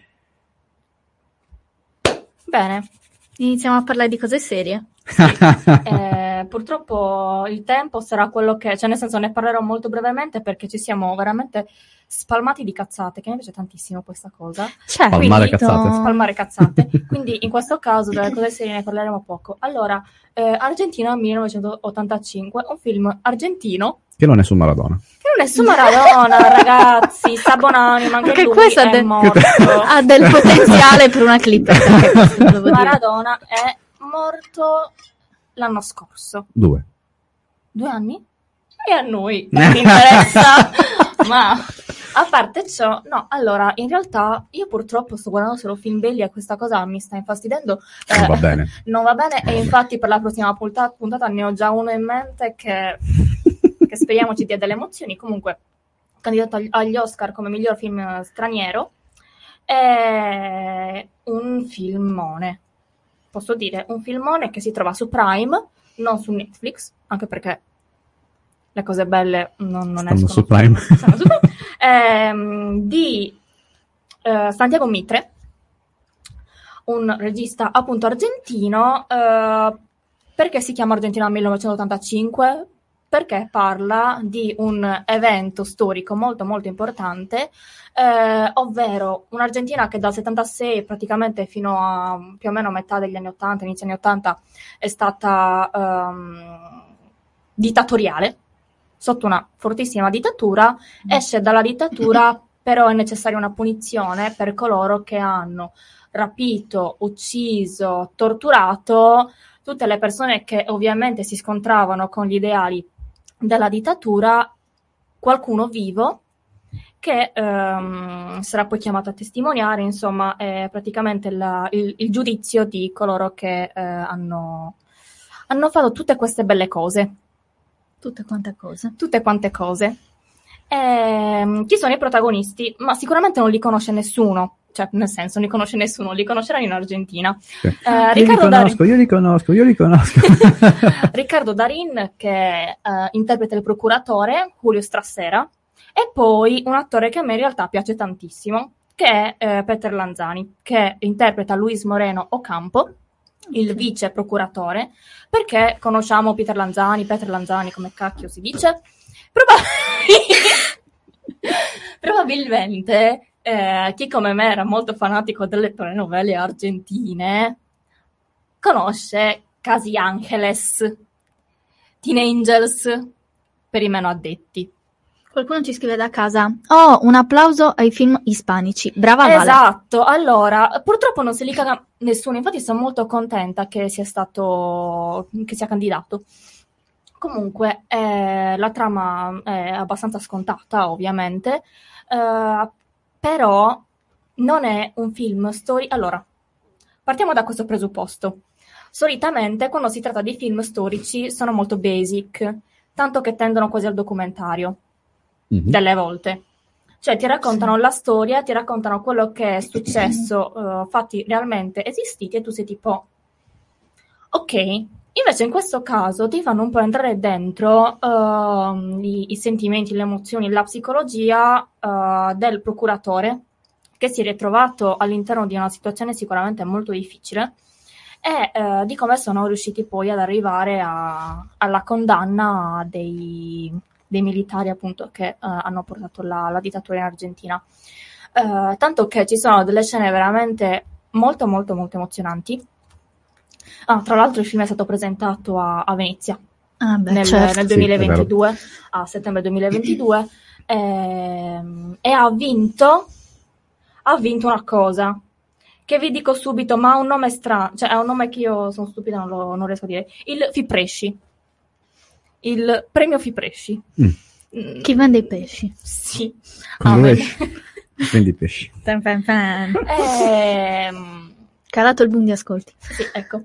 Bene. Iniziamo a parlare di cose serie. Eh, purtroppo il tempo sarà quello che, cioè nel senso ne parlerò molto brevemente perché ci siamo veramente spalmati di cazzate, che mi piace tantissimo questa cosa. Cioè, Spalmare Quindi- cazzate. Spalmare cazzate. Quindi in questo caso delle cose serie ne parleremo poco. Allora, eh, Argentina millenovecentottantacinque, un film argentino Che non è su Maradona. che non è su Maradona, ragazzi, Sabonani, ma anche Perché lui questo ha è del- morto. ha del potenziale per una clip. perché questo devo dire. Maradona è morto l'anno scorso. Due. Due anni? E a noi non ci interessa. Ma a parte ciò, no, allora, in realtà io purtroppo sto guardando solo film belli e questa cosa mi sta infastidendo. Non Eh, va bene. Non va bene e infatti per la prossima puntata, puntata ne ho già uno in mente che, che speriamo ci dia delle emozioni. Comunque, candidato agli- agli Oscar come miglior film eh, straniero, è un filmone. Posso dire, un filmone che si trova su Prime, non su Netflix, anche perché le cose belle non, non Stanno escono su Prime. stanno su Prime. Ehm, di eh, Santiago Mitre, un regista appunto argentino. Eh, perché si chiama Argentina millenovecentottantacinque? Perché parla di un evento storico molto molto importante, eh, ovvero un'Argentina che dal settantasei praticamente fino a più o meno metà degli anni ottanta, inizio anni ottanta, è stata ehm, dittatoriale, sotto una fortissima dittatura. Esce dalla dittatura, però è necessaria una punizione per coloro che hanno rapito, ucciso, torturato tutte le persone che ovviamente si scontravano con gli ideali della dittatura, qualcuno vivo che ehm, sarà poi chiamato a testimoniare, insomma, è praticamente la- il, il giudizio di coloro che eh, hanno, hanno fatto tutte queste belle cose. Tutte quante cose. Tutte quante cose. Ehm, chi sono i protagonisti? Ma sicuramente non li conosce nessuno, cioè nel senso non li conosce nessuno, li conosceranno in Argentina. Sì. Eh, Io li Riccardo Darín. conosco, io li conosco, io li conosco. Riccardo Darín che eh, interpreta il procuratore Julio Strassera, e poi un attore che a me in realtà piace tantissimo, che è eh, Peter Lanzani, che interpreta Luis Moreno Ocampo, il vice procuratore. Perché conosciamo Peter Lanzani, Peter Lanzani, come cacchio si dice? Proba- Probabilmente eh, chi come me era molto fanatico delle telenovelle argentine conosce Casi Angeles, Teen Angels, per i meno addetti. Qualcuno ci scrive da casa: oh, un applauso ai film ispanici. Brava Vale. Esatto, allora, purtroppo non se li caga nessuno, infatti sono molto contenta che sia stato, che sia candidato. Comunque, eh, la trama è abbastanza scontata, ovviamente, eh, però non è un film story. Allora, partiamo da questo presupposto. Solitamente, quando si tratta di film storici, sono molto basic, tanto che tendono quasi al documentario, Mhm. delle volte. Cioè, ti raccontano la storia, ti raccontano quello che è successo, eh, fatti realmente esistiti, e tu sei tipo, ok. Invece in questo caso ti fanno un po' entrare dentro ehm, i, i sentimenti, le emozioni, la psicologia eh, del procuratore, che si è ritrovato all'interno di una situazione sicuramente molto difficile, e eh, di come sono riusciti poi ad arrivare a- alla condanna dei, dei militari, appunto, che eh, hanno portato la, la dittatura in Argentina. Eh, tanto che ci sono delle scene veramente molto molto molto emozionanti. Ah, tra l'altro il film è stato presentato a, a Venezia Ah, beh, nel, certo. nel Sì, duemilaventidue, a settembre duemilaventidue, ehm, e ha vinto, ha vinto una cosa che vi dico subito, ma ha un nome strano, cioè è un nome che io sono stupida, non, lo, non riesco a dire. Il Fipresci, il premio Fipresci. Mm. Mm, Chi vende i pesci? sì. Quando Amen. esci, prendi i pesci. Fan, fan, fan. Ehm, Calato il boom di ascolti. Sì, ecco.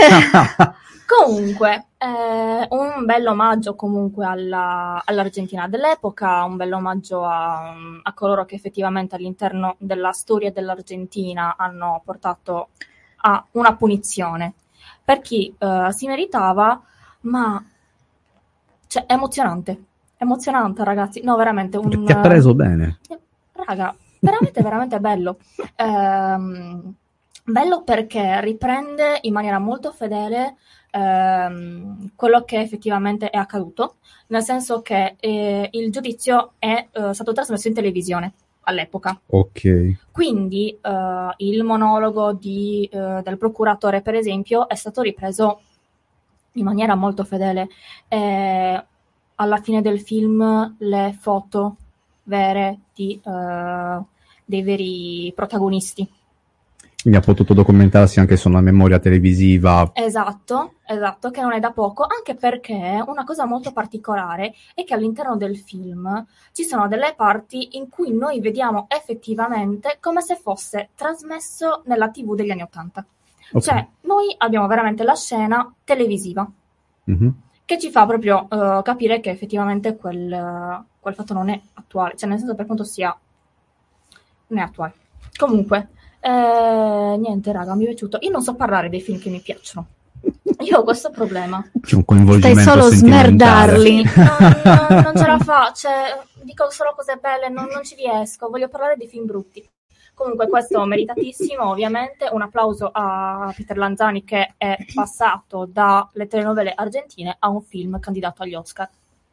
Comunque, eh, un bel omaggio comunque alla, all'Argentina dell'epoca, un bel omaggio a, a coloro che effettivamente all'interno della storia dell'Argentina hanno portato a una punizione per chi eh, si meritava, ma cioè, è emozionante, emozionante ragazzi, no veramente. Un, Ti ha preso bene. Raga, veramente, veramente bello. Ehm, bello perché riprende in maniera molto fedele ehm, quello che effettivamente è accaduto, nel senso che eh, il giudizio è eh, stato trasmesso in televisione all'epoca. Ok. Quindi eh, il monologo di, eh, del procuratore, per esempio, è stato ripreso in maniera molto fedele. E alla fine del film le foto vere di, eh, dei veri protagonisti. Quindi ha potuto documentarsi anche su una memoria televisiva. Esatto, esatto, che non è da poco, anche perché una cosa molto particolare è che all'interno del film ci sono delle parti in cui noi vediamo effettivamente come se fosse trasmesso nella tivù degli anni Ottanta. Okay. Cioè, noi abbiamo veramente la scena televisiva, mm-hmm. che ci fa proprio uh, capire che effettivamente quel, uh, quel fatto non è attuale, cioè nel senso per quanto sia non è attuale. Comunque, eh, niente raga, mi è piaciuto. Io non so parlare dei film che mi piacciono. Io ho questo problema. C'è un coinvolgimento Stai solo smerdarli. Non, non, non ce la fa, cioè, dico solo cose belle, non, non ci riesco. Voglio parlare dei film brutti. Comunque questo meritatissimo, ovviamente. Un applauso a Peter Lanzani che è passato dalle telenovele argentine a un film candidato agli Oscar.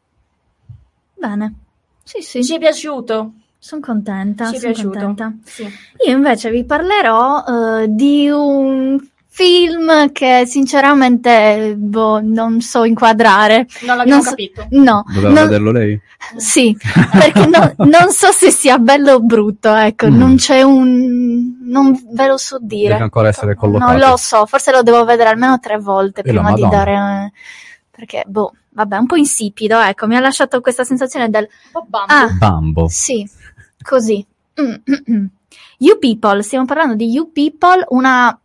Bene. Sì, sì. Ci è piaciuto? Sono contenta, Ci è sono piaciuto? contenta. Sì. Io invece vi parlerò uh, di un film che sinceramente boh, non so inquadrare. Non l'abbiamo non so, capito? No. Voleva non, vederlo lei? Sì, perché no, non so se sia bello o brutto, ecco, mm. non c'è un... non ve lo so dire. Deve ancora essere collocato. Non lo so, forse lo devo vedere almeno tre volte e prima di dare... Perché, boh, vabbè, un po' insipido, ecco, mi ha lasciato questa sensazione del... Un po' bambo. Ah, bambo. Sì, così. Mm-mm. You People, stiamo parlando di You People, una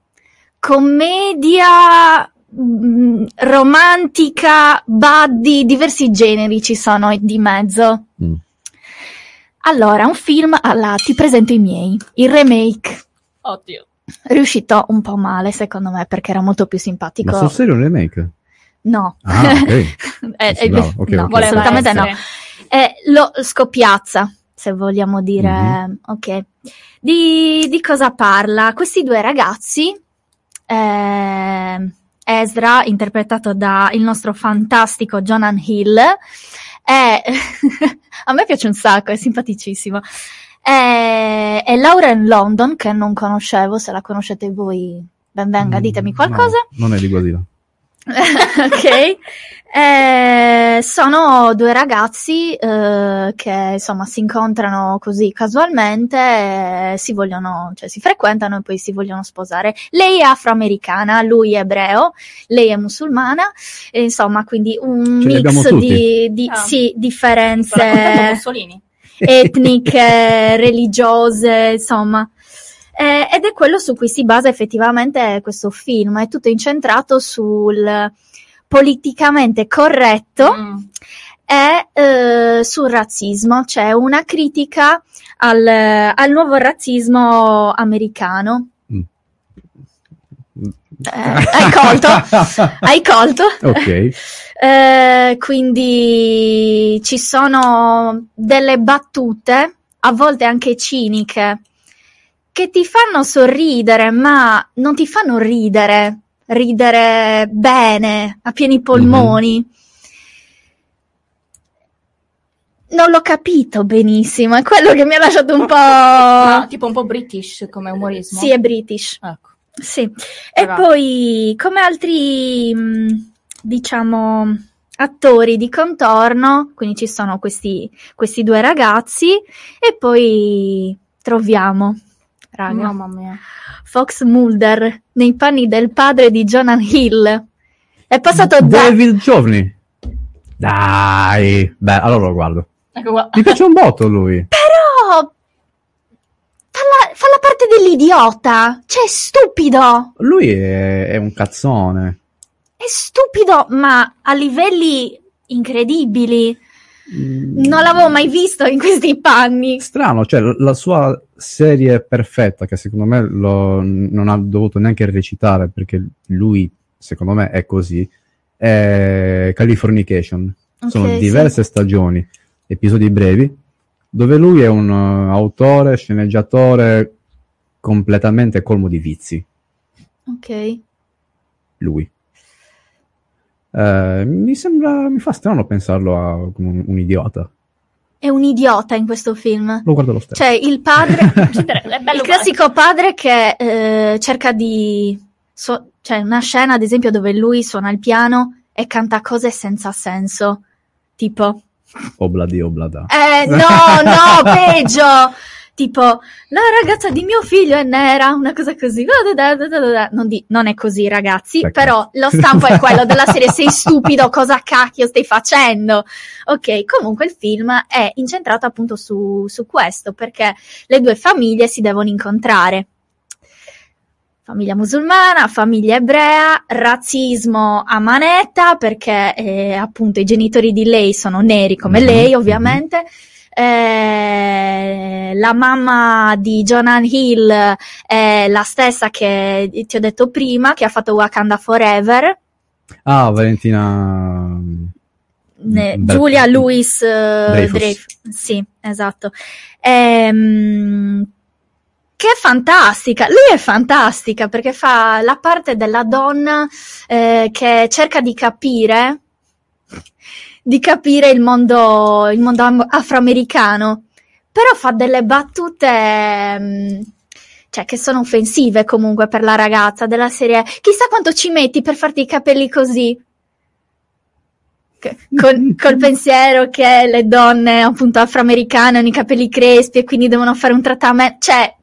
commedia mh, romantica, buddy, diversi generi ci sono di mezzo. Mm. Allora, un film alla Ti presento i miei, il remake. Oddio. Riuscito un po' male, secondo me, perché era molto più simpatico. Ma sul serio un remake? No. Ah, ok. eh, sì, bravo. Okay, no, okay. assolutamente no. Eh, lo scoppiazza, se vogliamo dire, mm-hmm. ok. Di, di cosa parla? Questi due ragazzi, eh, Ezra, interpretato da il nostro fantastico Jonah Hill, è, a me piace un sacco, è simpaticissimo, è, è Lauren London, che non conoscevo, se la conoscete voi, ben venga, ditemi qualcosa. No, non è di Guasila. Ok, eh, sono due ragazzi eh, che insomma si incontrano così casualmente, eh, si vogliono, cioè si frequentano e poi si vogliono sposare. Lei è afroamericana, lui è ebreo, lei è musulmana, e, insomma, quindi un Ce mix di, di ah. sì, differenze Mussolini. etniche, religiose, insomma. Eh, ed è quello su cui si basa effettivamente questo film, è tutto incentrato sul politicamente corretto mm. e eh, sul razzismo, cioè una critica al, al nuovo razzismo americano. Mm. Eh, hai colto? Hai colto? Ok. Eh, quindi ci sono delle battute, a volte anche ciniche, che ti fanno sorridere, ma non ti fanno ridere, ridere bene, a pieni polmoni. Mm-hmm. Non l'ho capito benissimo, è quello che mi ha lasciato un po'... Ah, tipo un po' British come umorismo? Sì, è British. Ecco. Sì. E va. Poi, come altri, diciamo, attori di contorno, quindi ci sono questi, questi due ragazzi, e poi troviamo... Raga. Mamma mia. Fox Mulder nei panni del padre di Jonah Hill. È passato da David Giovni. Dai, beh, allora lo guardo. Ecco qua. Mi piace un botto lui. Però fa, la, fa la parte dell'idiota, cioè è stupido. Lui è, è un cazzone. È stupido, ma a livelli incredibili. Mm. Non l'avevo mai visto in questi panni. Strano, cioè la sua serie perfetta, che secondo me lo, non ha dovuto neanche recitare, perché lui, secondo me, è così, è Californication. Okay, sono diverse sì. stagioni, episodi brevi, dove lui è un uh, autore, sceneggiatore completamente colmo di vizi. Ok. Lui. Uh, mi sembra, mi fa strano pensarlo a come un, un idiota. È un idiota in questo film. Lo guardo lo stesso. Cioè, il padre, è bello il classico padre che eh, cerca di... So, cioè, una scena, ad esempio, dove lui suona il piano e canta cose senza senso. Tipo... Obladi oblada. Eh, no, no, peggio! Tipo, la ragazza di mio figlio è nera, una cosa così. Non, di, non è così, ragazzi, ecco. Però lo stampo è quello della serie sei stupido, cosa cacchio stai facendo? Ok, comunque il film è incentrato appunto su, su questo, perché le due famiglie si devono incontrare. Famiglia musulmana, famiglia ebrea, razzismo a manetta, perché eh, appunto i genitori di lei sono neri come mm-hmm. lei, ovviamente. Eh, la mamma di Jonah Hill è la stessa che ti ho detto prima, che ha fatto Wakanda Forever. Ah, Valentina ne, Julia Louis uh, Dreyfus. Dreyfus. Sì, esatto. Ehm, che è fantastica, lei è fantastica perché fa la parte della donna eh, che cerca di capire di capire il mondo, il mondo afroamericano, però fa delle battute, mh, cioè, che sono offensive comunque per la ragazza, della serie, chissà quanto ci metti per farti i capelli così, Con, col pensiero che le donne appunto afroamericane hanno i capelli crespi e quindi devono fare un trattamento, cioè,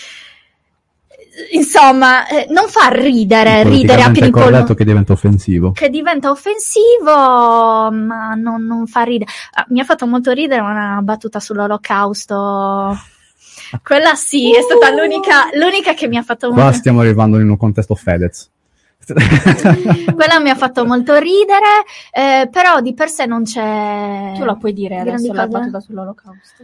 insomma, eh, non fa ridere, ridere a pieni polmoni. Corretto che diventa offensivo. Che diventa offensivo, ma non, non fa ridere. Ah, mi ha fatto molto ridere una battuta sull'Olocausto. Quella sì, uh. è stata l'unica, l'unica che mi ha fatto molto... Qua stiamo arrivando in un contesto Fedez. Quella mi ha fatto molto ridere, eh, però di per sé non c'è... Tu la puoi dire adesso la battuta sull'Olocausto?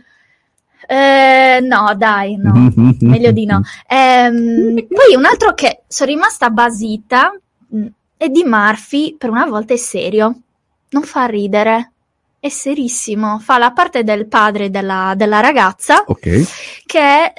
Eh, no, dai, no, meglio di no. Ehm, poi un altro che sono rimasta basita è di Murphy, per una volta è serio, non fa ridere, è serissimo, fa la parte del padre della, della ragazza, okay. che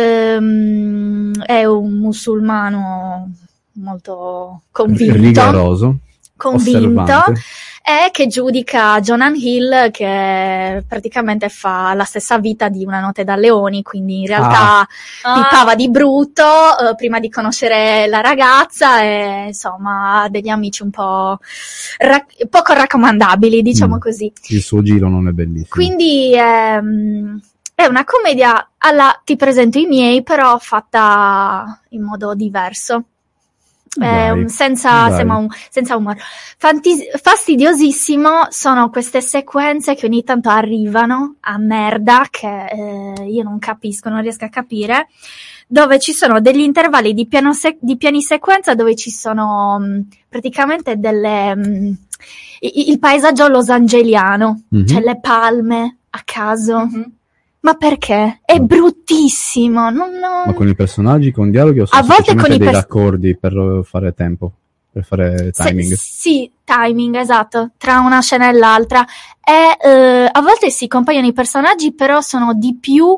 ehm, è un musulmano molto convinto, rigoroso, convinto. Osservante. E che giudica Jonah Hill, che praticamente fa la stessa vita di Una notte da leoni, quindi in realtà ah. pipava ah. di brutto eh, prima di conoscere la ragazza e insomma ha degli amici un po' ra- poco raccomandabili, diciamo mm. così. Il suo giro non è bellissimo. Quindi ehm, è una commedia alla Ti presento i miei, però fatta in modo diverso. Eh, um, senza, un, senza umore. Fantis- fastidiosissimo sono queste sequenze che ogni tanto arrivano a merda che eh, io non capisco, non riesco a capire, dove ci sono degli intervalli di, piano sec- di piani sequenza dove ci sono mh, praticamente delle mh, il, il paesaggio losangeliano, mm-hmm. cioè le palme a caso. Mm-hmm. Ma perché? È bruttissimo. Non, non... Ma con i personaggi, con dialoghi o sono a volte con i dei pers- raccordi per fare tempo, per fare timing? Se, sì, timing, esatto, tra una scena e l'altra. E eh, a volte si compaiono i personaggi, però sono di più,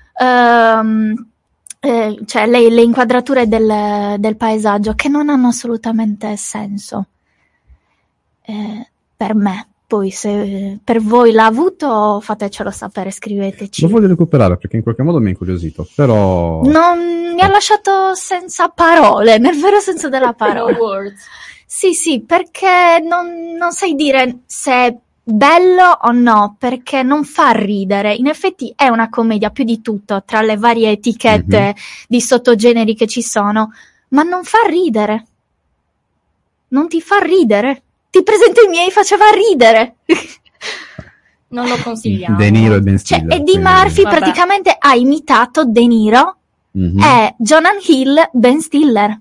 ehm, eh, cioè le, le inquadrature del, del paesaggio che non hanno assolutamente senso eh, per me. Poi se per voi l'ha avuto, fatecelo sapere, scriveteci. Lo voglio recuperare perché in qualche modo mi ha incuriosito, però... Non mi ha lasciato senza parole, nel vero senso della parola. No words. Sì, sì, perché non, non sai dire se è bello o no, perché non fa ridere. In effetti è una commedia più di tutto, tra le varie etichette mm-hmm. di sottogeneri che ci sono, ma non fa ridere. Non ti fa ridere. Ti presento i miei, faceva ridere. Non lo consigliamo. De Niro e Ben Stiller. Cioè, Eddie Murphy praticamente ha imitato De Niro Mm-hmm. è Jonah Hill, Ben Stiller.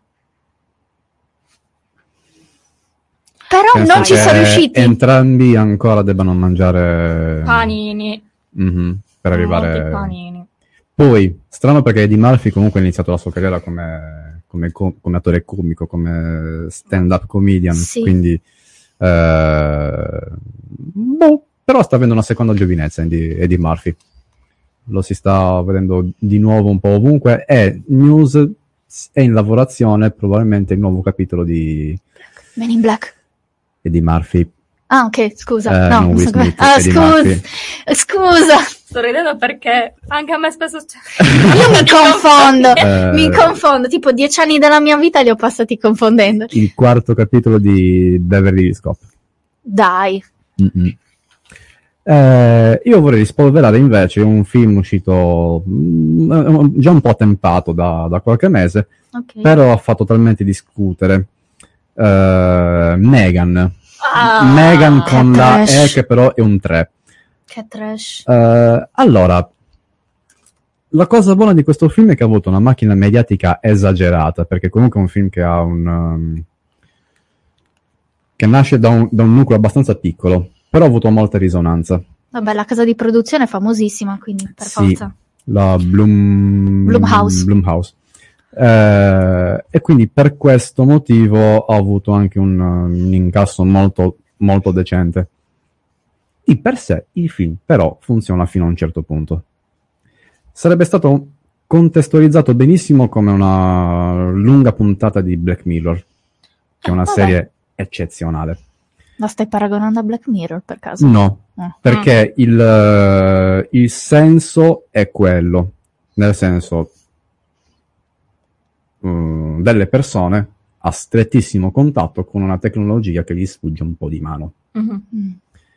Però Penso non ci che sono riusciti. Entrambi ancora debbano mangiare Panini. mm-hmm, per arrivare. Molti panini. Poi, strano perché Eddie Murphy comunque ha iniziato la sua carriera come, come, come attore comico, come stand-up comedian, Sì. quindi eh, boh, però sta avendo una seconda giovinezza Eddie, Eddie Murphy. Lo si sta vedendo di nuovo un po' ovunque e news è in lavorazione probabilmente il nuovo capitolo di Men in Black. Eddie Murphy. Ah, ok, scusa. Eh, no, non non Will so come... Smith, Ah, Eddie scusa. Murphy. Scusa. Sto ridendo perché anche a me spesso c'è. Io mi confondo. Eh. Mi confondo. Tipo, dieci anni della mia vita li ho passati confondendo. Il quarto capitolo di Beverly Hills Cop. Dai. Mm-mm. Eh, io vorrei rispolverare invece un film uscito mm, già un po' tempato da, da qualche mese, Ok. però ha fatto talmente discutere. Eh, Megan. Ah, Megan con che la trash. E che però è un tre. Che trash. Eh, allora, la cosa buona di questo film è che ha avuto una macchina mediatica esagerata, perché comunque è un film che ha un... um, che nasce da un, da un nucleo abbastanza piccolo, però ha avuto molta risonanza. Vabbè, la casa di produzione è famosissima, quindi per Sì, forza. la Bloom... Blumhouse. Blumhouse. Eh, e quindi per questo motivo ha avuto anche un, un incasso molto, molto decente. Di per sé il film però funziona fino a un certo punto. Sarebbe stato contestualizzato benissimo come una lunga puntata di Black Mirror, che è una vabbè. serie eccezionale. La stai paragonando a Black Mirror, per caso? No, Eh. perché il, eh, il senso è quello, nel senso mm, delle persone a strettissimo contatto con una tecnologia che gli sfugge un po' di mano. Mhm. Mm.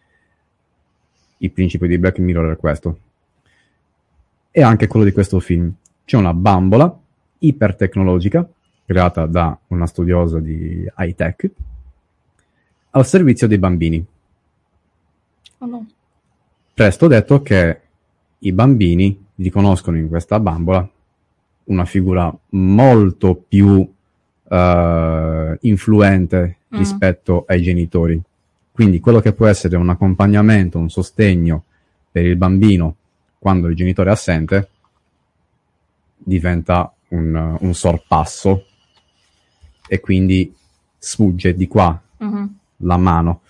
Il principio di Black Mirror è questo. E anche quello di questo film. C'è una bambola ipertecnologica, creata da una studiosa di high tech, al servizio dei bambini. Oh no. Presto detto che i bambini riconoscono in questa bambola una figura molto più eh, influente Mm. rispetto ai genitori. Quindi quello che può essere un accompagnamento, un sostegno per il bambino quando il genitore è assente, diventa un, un sorpasso e quindi sfugge di qua Mhm. la mano.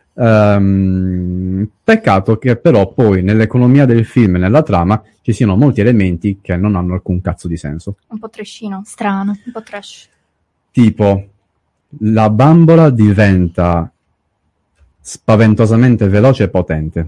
Ehm, peccato che però poi nell'economia del film e nella trama ci siano molti elementi che non hanno alcun cazzo di senso. Un po' trashino. Strano. Un po' trash. Tipo, la bambola diventa spaventosamente veloce e potente,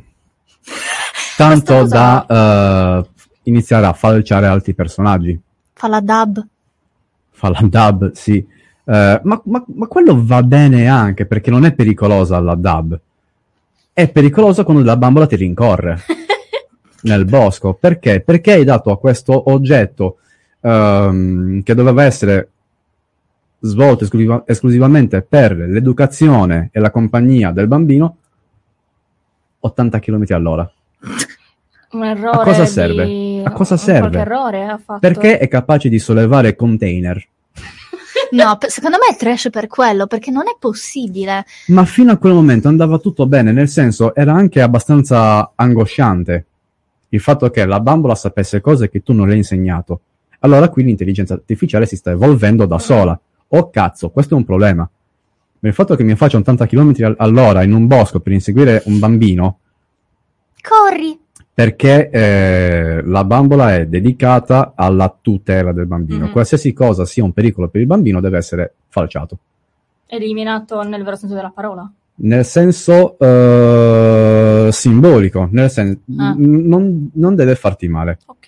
tanto Questa da eh, iniziare a falciare altri personaggi. Fa la dub. Fa la dub, sì. Eh, ma, ma, ma quello va bene anche perché non è pericolosa la dub. È pericolosa quando la bambola ti rincorre nel bosco. Perché? Perché hai dato a questo oggetto ehm, che doveva essere svolto esclusiva- esclusivamente per l'educazione e la compagnia del bambino ottanta chilometri all'ora. Un errore. A cosa serve? Di... A cosa un serve? Qualche errore ha fatto. Perché è capace di sollevare container. No, per- secondo me è trash per quello, perché non è possibile. Ma fino a quel momento andava tutto bene, nel senso era anche abbastanza angosciante il fatto che la bambola sapesse cose che tu non le hai insegnato. Allora qui l'intelligenza artificiale si sta evolvendo da sola. Oh cazzo, questo è un problema. Ma il fatto che mi faccia ottanta chilometri all'ora in un bosco per inseguire un bambino, Corri. perché eh, la bambola è dedicata alla tutela del bambino. Mhm. Qualsiasi cosa sia un pericolo per il bambino deve essere falciato. Eliminato nel vero senso della parola. Nel senso eh, simbolico, nel senso Ah. n- non, non deve farti male. Ok,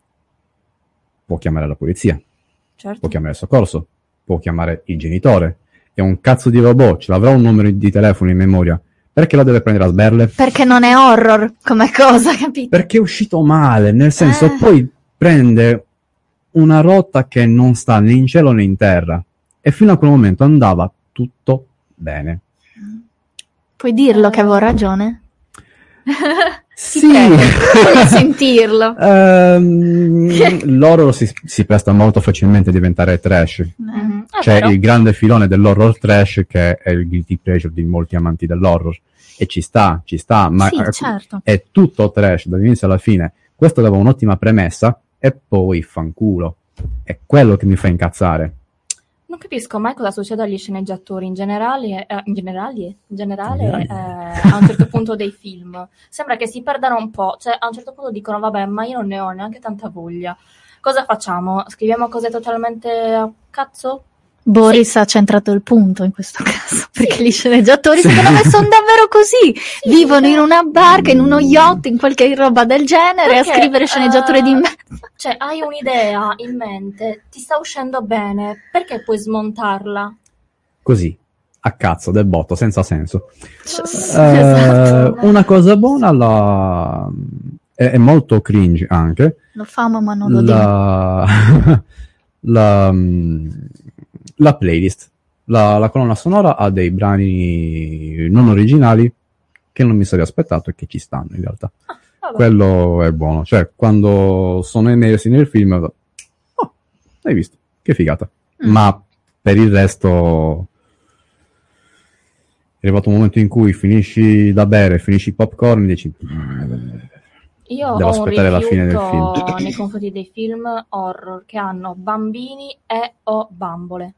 Può chiamare la polizia, certo. può chiamare il soccorso, può chiamare il genitore. È un cazzo di robot, ce l'avrà un numero di telefono in memoria. Perché la deve prendere a sberle? Perché non è horror come cosa, capito? Perché è uscito male, nel senso Eh. poi prende una rotta che non sta né in cielo né in terra. E fino a quel momento andava tutto bene. Puoi dirlo che avevo ragione? Sì, voglio sentirlo. um, l'horror si, si presta molto facilmente a diventare trash. Mm-hmm. C'è il grande filone dell'horror trash che è il guilty pleasure di molti amanti dell'horror e ci sta, ci sta, ma sì, è, certo. è tutto trash dall'inizio alla fine. Questo aveva un'ottima premessa e poi fanculo. È quello che mi fa incazzare. Non capisco mai cosa succede agli sceneggiatori in generale, eh, in generale, in generale eh, a un certo punto dei film. Sembra che si perdano un po', cioè a un certo punto dicono vabbè, ma io non ne ho neanche tanta voglia. Cosa facciamo? Scriviamo cose totalmente a cazzo? Boris sì. ha centrato il punto in questo caso, perché sì. gli sceneggiatori sì. secondo me sono davvero così, sì, vivono in una barca, in uno yacht, in qualche roba del genere, perché, a scrivere sceneggiature uh, di merda. Cioè, hai un'idea in mente, ti sta uscendo bene, perché puoi smontarla? Così, a cazzo, del botto, senza senso. Esatto. Uh, una cosa buona, la... è, è molto cringe anche. Lo famo ma non lo la... dico. la... la playlist, la, la colonna sonora ha dei brani non originali che non mi sarei aspettato e che ci stanno in realtà. Ah, quello è buono, cioè quando sono immersi nel film, oh, hai visto, che figata. Mm. Ma per il resto è arrivato un momento in cui finisci da bere, finisci i popcorn e dici io devo ho aspettare un la fine del film nei confronti dei film horror che hanno bambini e o bambole.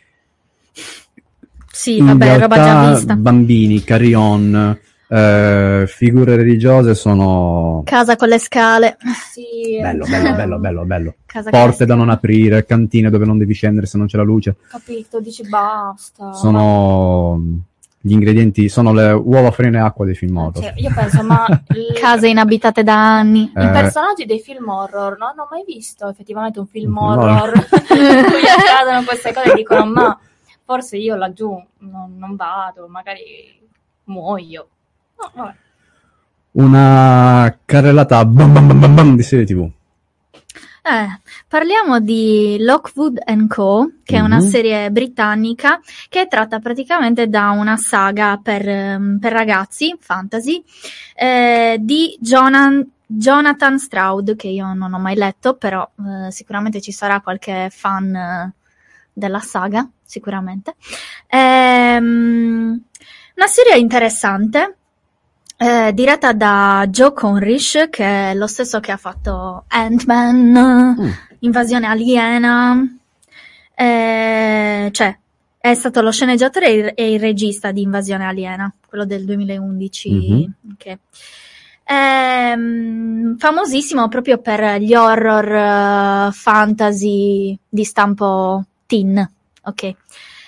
Sì, vabbè, in roba già vista. Bambini, carry on, eh, figure religiose sono... Casa con le scale. Sì, bello, bello, bello, bello, bello. Casa Porte da non aprire, cantine dove non devi scendere se non c'è la luce. Capito, dici basta. Sono gli ingredienti, sono le uova, farina e acqua dei film horror. Cioè, io penso, ma... Case inabitate da anni. Eh, I personaggi dei film horror non hanno mai visto effettivamente un film horror in cui accadono queste cose e dicono ma... forse io laggiù non, non vado, magari muoio. No, vabbè. Una carrellata bam bam bam bam bam di serie tivù. Eh, parliamo di Lockwood and Co, che mm-hmm. è una serie britannica che è tratta praticamente da una saga per, per ragazzi, fantasy, eh, di Jonan, Jonathan Stroud, che io non ho mai letto, però eh, sicuramente ci sarà qualche fan eh, della saga, sicuramente. Ehm, una serie interessante, eh, diretta da Joe Cornish, che è lo stesso che ha fatto Ant-Man, mm. Invasione aliena, eh, cioè è stato lo sceneggiatore e il, e il regista di Invasione aliena, quello del duemilaundici, mm-hmm. che è um, famosissimo proprio per gli horror uh, fantasy di stampo teen, ok.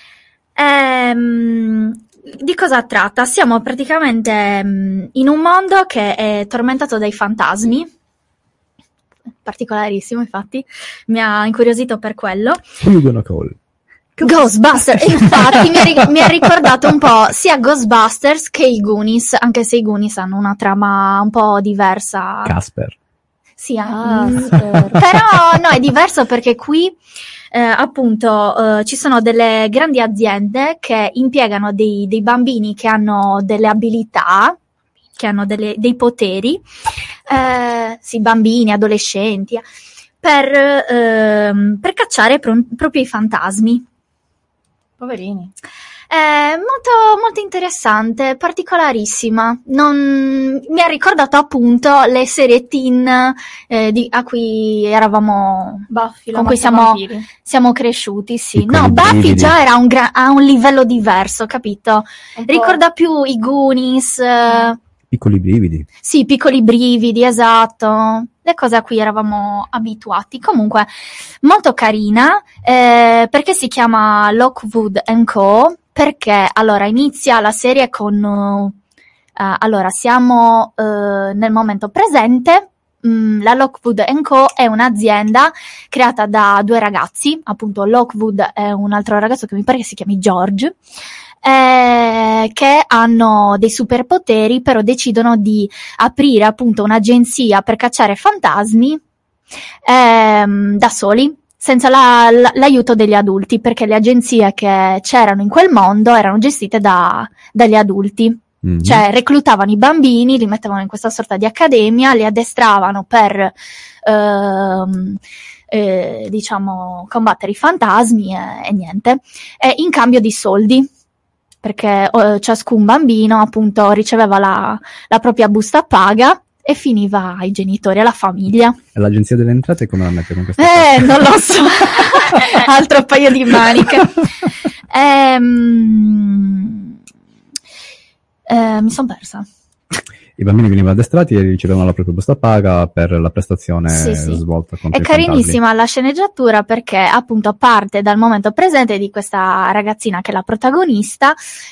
Ehm, di cosa tratta? Siamo praticamente um, in un mondo che è tormentato dai fantasmi, particolarissimo, infatti, mi ha incuriosito per quello. Ghostbusters, infatti mi, ri- mi ha ricordato un po' sia Ghostbusters che i Goonies, anche se i Goonies hanno una trama un po' diversa. Casper. Sì, Casper. Però no, è diverso perché qui eh, appunto eh, ci sono delle grandi aziende che impiegano dei, dei bambini che hanno delle abilità, che hanno delle, dei poteri, eh, sì, bambini, adolescenti, per, eh, per cacciare pro- proprio i fantasmi. Poverini. È molto, molto interessante, particolarissima. Non, mi ha ricordato appunto le serie teen eh, di, a cui eravamo, Buffy, con cui siamo, siamo cresciuti, sì. Piccoli no, Buffy brividi. già era un gra- a un livello diverso, capito? Ricorda più i Goonies. Eh, Piccoli brividi. Sì, piccoli brividi, esatto. Le cose a cui eravamo abituati. Comunque, molto carina, eh, perché si chiama Lockwood and Co. Perché, allora, inizia la serie con... Uh, allora, siamo uh, nel momento presente. Mm, la Lockwood and Co. è un'azienda creata da due ragazzi. Appunto, Lockwood è un altro ragazzo che mi pare che si chiami George. Eh, che hanno dei superpoteri, però decidono di aprire appunto un'agenzia per cacciare fantasmi ehm, da soli, senza la, la, l'aiuto degli adulti, perché le agenzie che c'erano in quel mondo erano gestite da, dagli adulti, Mm-hmm. Cioè reclutavano i bambini, li mettevano in questa sorta di accademia, li addestravano per ehm, eh, diciamo combattere i fantasmi e, e niente, e in cambio di soldi, perché eh, ciascun bambino appunto riceveva la, la propria busta paga e finiva ai genitori, alla famiglia. E l'agenzia delle entrate come la mette con questa Eh, cosa? non lo so. Altro paio di maniche. Ehm, eh, mi sono persa. I bambini venivano addestrati e ricevevano la propria busta paga per la prestazione Sì, sì. svolta contro È i fantasmi. carinissima la sceneggiatura perché appunto parte dal momento presente di questa ragazzina che è la protagonista,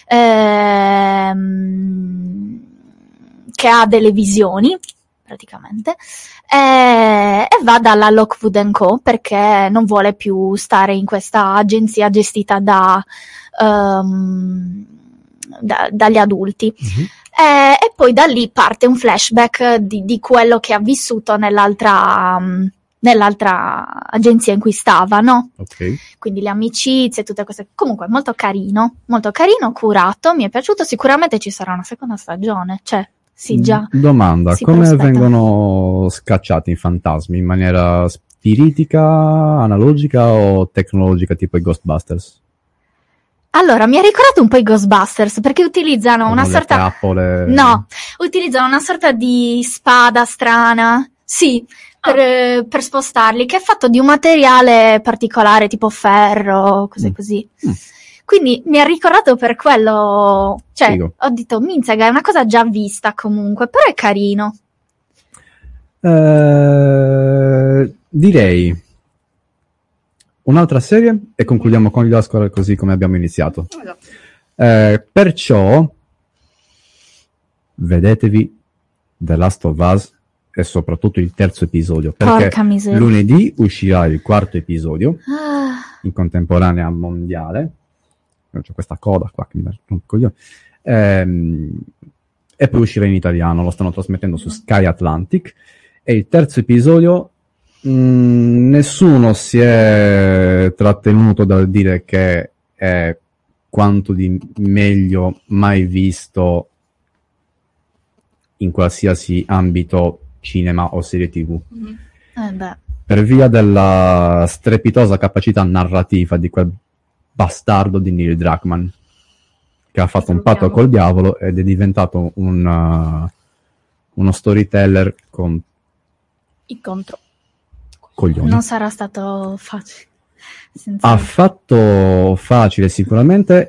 ehm, che ha delle visioni praticamente, e, e va dalla Lockwood and Co perché non vuole più stare in questa agenzia gestita da, um, da dagli adulti. Mm-hmm. E, e poi da lì parte un flashback di, di quello che ha vissuto nell'altra, um, nell'altra agenzia in cui stava, no? Ok. Quindi le amicizie, tutte queste. Comunque molto carino, molto carino, curato, mi è piaciuto. Sicuramente ci sarà una seconda stagione, cioè sì, già. Domanda, si come prospetta. vengono scacciati i fantasmi? In maniera spiritica, analogica o tecnologica tipo i Ghostbusters? Allora, mi ha ricordato un po' i Ghostbusters perché utilizzano una Con le sorta. trappole? No, utilizzano una sorta di spada strana. Sì, per, per spostarli, che è fatto di un materiale particolare, tipo ferro, cose Mm. così. Mm. Quindi mi ha ricordato per quello. Cioè, Figo. ho detto, minzega, è una cosa già vista comunque, però è carino. Eh, direi un'altra serie e concludiamo con gli Oscar così come abbiamo iniziato. Eh, perciò vedetevi The Last of Us e soprattutto il terzo episodio, perché Porca miseria. lunedì uscirà il quarto episodio Ah, in contemporanea mondiale. C'è questa coda qua che mi rompe il coglione. Ehm, e poi uscirà in italiano, lo stanno trasmettendo su Sky Atlantic. E il terzo episodio mh, nessuno si è trattenuto dal dire che è quanto di meglio mai visto in qualsiasi ambito cinema o serie tv, eh beh. per via della strepitosa capacità narrativa di quel bastardo di Neil Druckmann, che ha fatto un patto col diavolo ed è diventato un, uh, uno storyteller con I contro. coglioni. Non sarà stato facile. Senza... Ha fatto facile sicuramente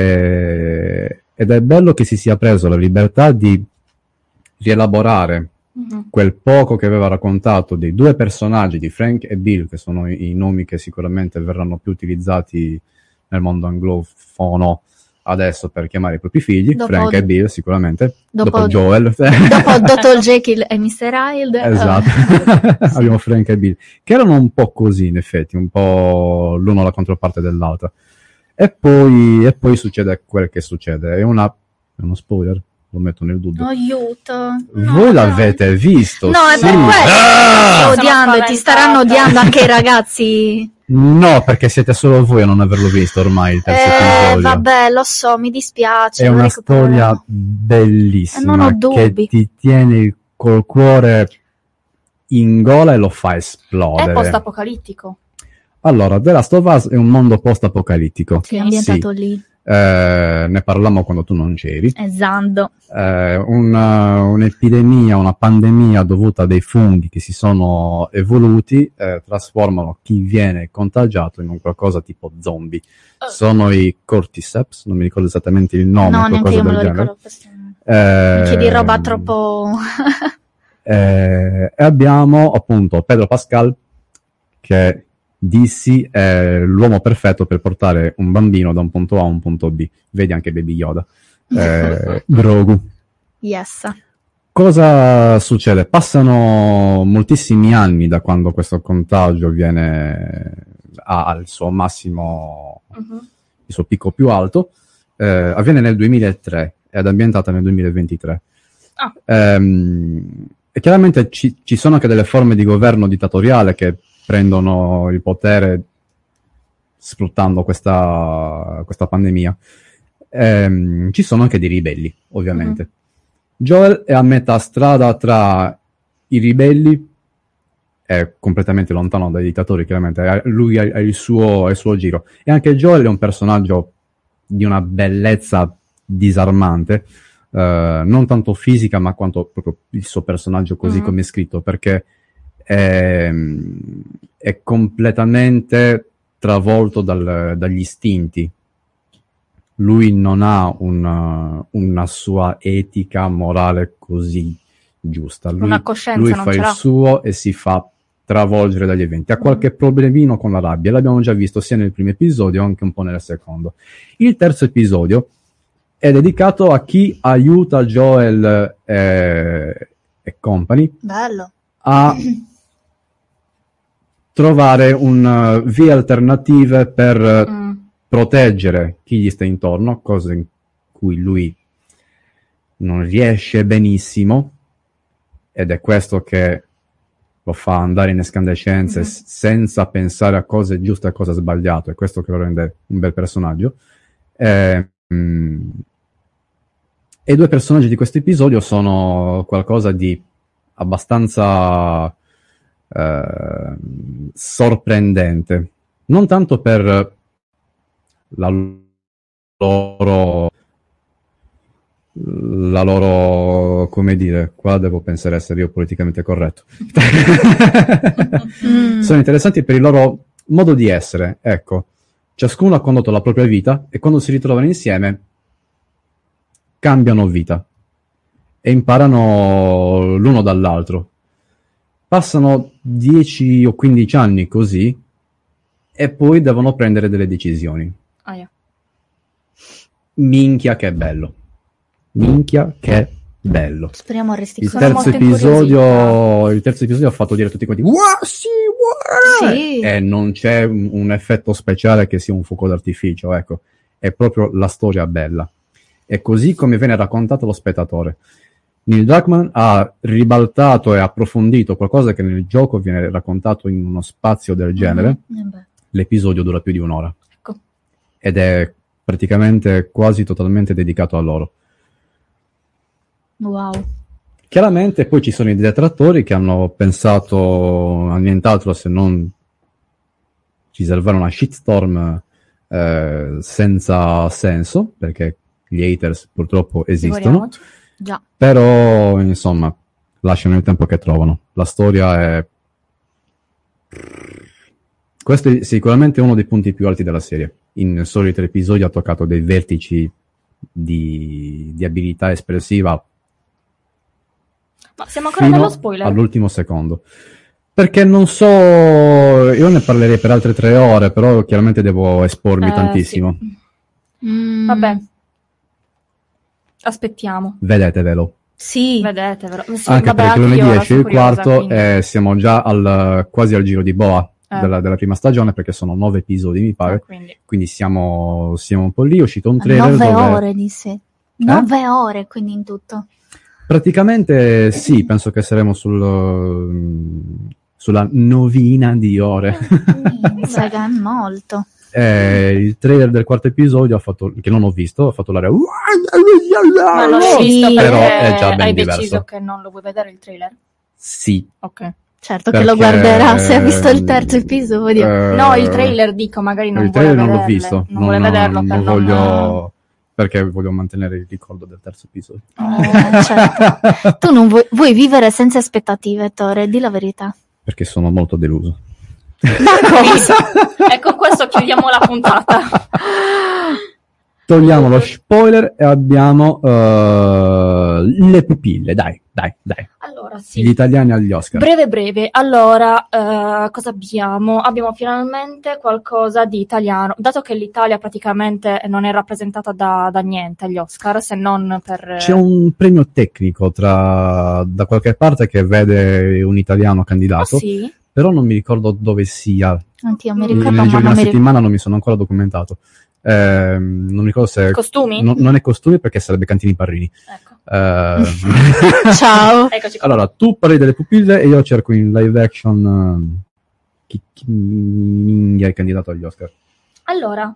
e... ed è bello che si sia preso la libertà di rielaborare Mhm. quel poco che aveva raccontato dei due personaggi di Frank e Bill, che sono i, i nomi che sicuramente verranno più utilizzati nel mondo anglofono adesso per chiamare i propri figli. Dopo- Frank e Bill sicuramente, Dopo- dopo, Joel. Dopo doctor Jekyll e mister Hyde. Esatto, abbiamo Frank e Bill, che erano un po' così in effetti, un po' l'uno la controparte dell'altra. E poi, e poi succede quel che succede, è una, è uno spoiler, lo metto nel dubbio. Oh, aiuto. Voi l'avete visto? No, è sì. per quello. Ah! Sto odiando e ti staranno odiando anche i ragazzi. No, perché siete solo voi a non averlo visto ormai il terzo Eh, episodio. vabbè, lo so, mi dispiace. È lo una recupererò. storia Eh, bellissima non ho che dubbi. ti tiene col cuore in gola e lo fa È esplodere. post-apocalittico. Allora, The Last of Us è un mondo post-apocalittico. Sì, è ambientato Sì. lì. Eh, ne parlammo quando tu non c'eri. Esatto. Eh, una- un'epidemia, una pandemia dovuta a dei funghi che si sono evoluti eh, trasformano chi viene contagiato in un qualcosa tipo zombie. Sono i Cordyceps, non mi ricordo esattamente il nome, No, neanche qualcosa io me del lo genere. ricordo. questo- Eh, Mi chiedi roba troppo. eh, e abbiamo appunto Pedro Pascal, che dissi è l'uomo perfetto per portare un bambino da un punto A a un punto B. Vedi anche Baby Yoda. Eh, Grogu. Yes. Cosa succede? Passano moltissimi anni da quando questo contagio viene ha al suo massimo, il suo picco più alto. Eh, avviene nel duemilatré ed è ambientata nel duemilaventitré. Ah. Ehm, e chiaramente ci, ci sono anche delle forme di governo dittatoriale che prendono il potere sfruttando questa, questa pandemia. ehm, ci sono anche dei ribelli, ovviamente. Mm-hmm. Joel è a metà strada tra i ribelli, è completamente lontano dai dittatori, chiaramente, lui ha il suo, il suo giro. E anche Joel è un personaggio di una bellezza disarmante, uh, non tanto fisica, ma quanto proprio il suo personaggio così mm-hmm. come è scritto, perché è, è completamente travolto dal, dagli istinti. Lui non ha una, una sua etica morale così giusta. Lui, una coscienza lui non fa ce il l'ha. suo e si fa travolgere dagli eventi. Ha qualche problemino con la rabbia, l'abbiamo già visto sia nel primo episodio anche un po' nel secondo. Il terzo episodio è dedicato a chi aiuta Joel e, e company Bello. a trovare un uh, vie alternative per mm. proteggere chi gli sta intorno, cosa in cui lui non riesce benissimo, ed è questo che lo fa andare in escandescenze mm-hmm. s- senza pensare a cosa è giusto e a cosa è sbagliato, è questo che lo rende un bel personaggio. E, mm, e i due personaggi di questo episodio sono qualcosa di abbastanza eh, sorprendente, non tanto per la loro la loro, come dire, qua devo pensare essere io politicamente corretto. mm. Sono interessanti per il loro modo di essere, ecco. Ciascuno ha condotto la propria vita e quando si ritrovano insieme cambiano vita e imparano l'uno dall'altro. Passano dieci o quindici anni così e poi devono prendere delle decisioni. Oh, yeah. Minchia che bello. Minchia che bello. Speriamo resti il così. terzo episodio il terzo episodio ha fatto dire a tutti quanti wow, sì, wow! Sì. E non c'è un, un effetto speciale che sia un fuoco d'artificio, ecco, è proprio la storia bella, è così come viene raccontato allo spettatore. Neil Druckmann ha ribaltato e approfondito qualcosa che nel gioco viene raccontato in uno spazio del genere. Mm-hmm. L'episodio dura più di un'ora, ecco. Ed è praticamente quasi totalmente dedicato a loro. Wow. Chiaramente poi ci sono i detrattori che hanno pensato a nient'altro se non riservare una shitstorm eh, senza senso, perché gli haters purtroppo esistono. Già. Però insomma lasciano il tempo che trovano. La storia è questo è sicuramente uno dei punti più alti della serie. In soli tre episodi ha toccato dei vertici di, di abilità espressiva. Ma siamo ancora fino nello spoiler? All'ultimo secondo. Perché non so, io ne parlerei per altre tre ore, però chiaramente devo espormi eh, tantissimo. Sì. Mm. Vabbè. Aspettiamo. Vedetevelo. Sì. Vedetevelo. Sì, anche vabbè, perché lunedì esce il curiosa, quarto quindi. e siamo già al, quasi al giro di boa. Eh. Della, della prima stagione, perché sono nove episodi mi pare, eh, quindi, quindi siamo, siamo un po' lì. È uscito un trailer nove dove... ore di sé nove eh? ore quindi in tutto praticamente sì, penso che saremo sul sulla novina di ore. Sai che è molto. Eh, il trailer del quarto episodio ha fatto, che non ho visto, ha fatto l'area ma non l'hai visto perché però è già ben hai diverso. deciso che non lo vuoi vedere il trailer? Sì. Ok. Certo perché, che lo guarderà se ha visto il terzo episodio. Eh, no, il trailer dico, magari non il vuole trailer non vederle. l'ho visto. Non, non vuole non, vederlo non per voglio non... perché voglio mantenere il ricordo del terzo episodio. Eh, certo. Tu non vuoi, vuoi vivere senza aspettative, Tore, di la verità. Perché sono molto deluso. Ma cosa? E con questo chiudiamo la puntata. Togliamo lo spoiler e abbiamo uh, le pupille, dai, dai, dai. Allora, sì. Gli italiani agli Oscar. Breve breve, allora, uh, cosa abbiamo? Abbiamo finalmente qualcosa di italiano, dato che l'Italia praticamente non è rappresentata da, da niente agli Oscar, se non per... C'è un premio tecnico tra da qualche parte che vede un italiano candidato, oh, sì? Però non mi ricordo dove sia. Anch'io mi ricordo. Nel giro di una mi settimana non mi sono ancora documentato. Eh, non mi ricordo se... Costumi? No, non è costumi perché sarebbe Cantini Parrini. Ecco. Eh... Ciao. Eccoci qua. Allora, tu parli delle pupille e io cerco in live action uh, chi, chi minchia è candidato agli Oscar. Allora,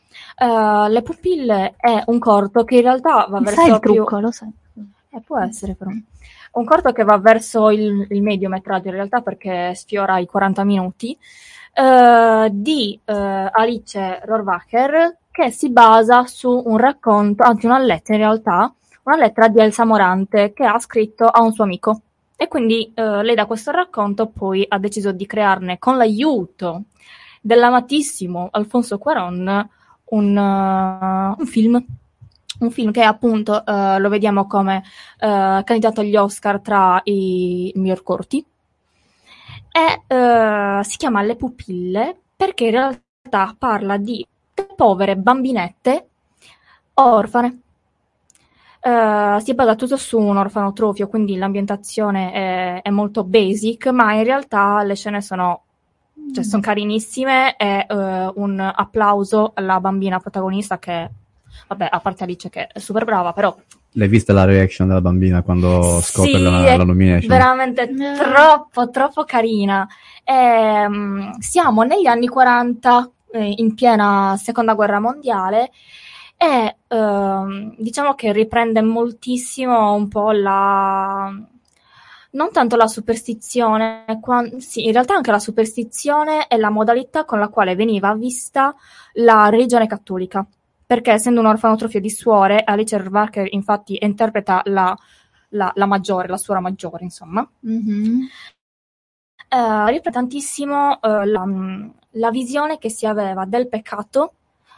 Uh, Le pupille è un corto che in realtà va verso sai il più... trucco, lo sai. Eh, può essere però. Un corto che va verso il, il mediometraggio in realtà perché sfiora i quaranta minuti, uh, di uh, Alice Rohrwacher, che si basa su un racconto, anzi una lettera in realtà, una lettera di Elsa Morante che ha scritto a un suo amico. E quindi uh, lei da questo racconto poi ha deciso di crearne, con l'aiuto dell'amatissimo Alfonso Cuarón, un, uh, un film. Un film che appunto uh, lo vediamo come uh, candidato agli Oscar tra i miglior corti. E uh, si chiama Le pupille perché in realtà parla di povere bambinette orfane. Uh, si basa tutto su un orfanotrofio, quindi l'ambientazione è, è molto basic, ma in realtà le scene sono, cioè, sono carinissime e uh, un applauso alla bambina protagonista che, vabbè, a parte Alice che è super brava, però... L'hai vista la reaction della bambina quando scopre sì, la, la nomination? Veramente troppo, troppo carina. E, um, siamo negli anni quaranta, eh, in piena seconda guerra mondiale, e uh, diciamo che riprende moltissimo un po' la... non tanto la superstizione, qua... sì, in realtà anche la superstizione e la modalità con la quale veniva vista la religione cattolica. Perché essendo un orfanotrofio di suore, Alice Rohrwacher infatti interpreta la, la, la maggiore, la suora maggiore, insomma. Mm-hmm. Uh, riprende tantissimo uh, la, la visione che si aveva del peccato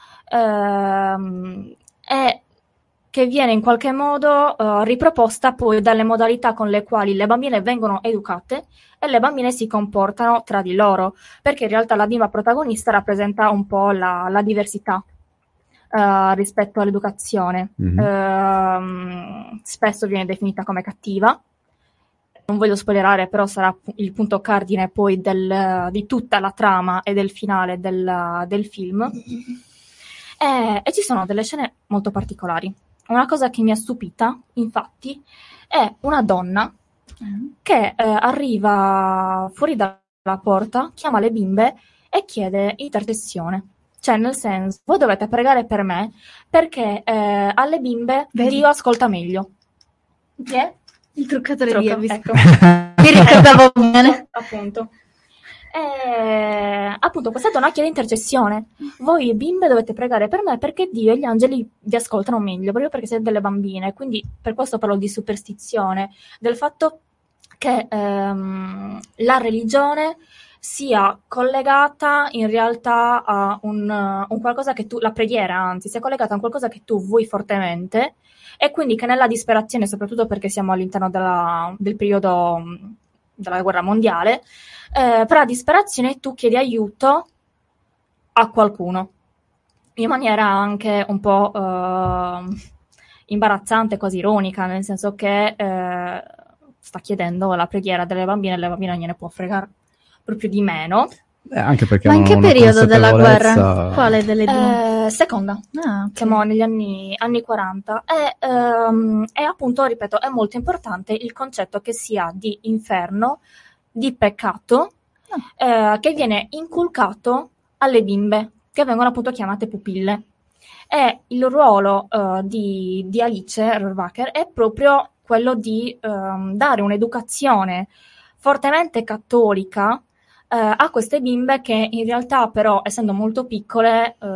uh, e che viene in qualche modo uh, riproposta poi dalle modalità con le quali le bambine vengono educate e le bambine si comportano tra di loro, perché in realtà la bimba protagonista rappresenta un po' la, la diversità. Uh, rispetto all'educazione. Mm-hmm. Uh, spesso viene definita come cattiva. Non voglio spoilerare, però sarà il punto cardine poi del, di tutta la trama e del finale del, del film. E, e ci sono delle scene molto particolari. Una cosa che mi ha stupita, infatti, è una donna mm. che eh, arriva fuori dalla porta, chiama le bimbe e chiede intercessione. Cioè, nel senso, voi dovete pregare per me perché eh, alle bimbe Vedi? Dio ascolta meglio. Chi è? Il truccatore Trucco, di Elvis. Ecco. Mi ricordavo bene. Appunto. E, appunto, questa donna chiede intercessione. Voi bimbe dovete pregare per me perché Dio e gli angeli vi ascoltano meglio, proprio perché siete delle bambine. Quindi per questo parlo di superstizione, del fatto che ehm, la religione sia collegata in realtà a un, un qualcosa che tu, la preghiera anzi, sia collegata a un qualcosa che tu vuoi fortemente e quindi che nella disperazione, soprattutto perché siamo all'interno della, del periodo della guerra mondiale, eh, per la disperazione tu chiedi aiuto a qualcuno, in maniera anche un po' eh, imbarazzante, quasi ironica, nel senso che eh, sta chiedendo la preghiera delle bambine e le bambine non gliene può fregare proprio di meno. Eh, anche perché ma in che periodo della consapevolezza... guerra? Quale delle due? Eh, seconda. Ah, okay. Siamo negli anni, anni quaranta e, ehm, e appunto, ripeto, è molto importante il concetto che sia di inferno, di peccato, ah. eh, che viene inculcato alle bimbe, che vengono appunto chiamate pupille. E il ruolo eh, di, di Alice Rohrwacher è proprio quello di ehm, dare un'educazione fortemente cattolica Uh, a queste bimbe che in realtà però, essendo molto piccole, uh,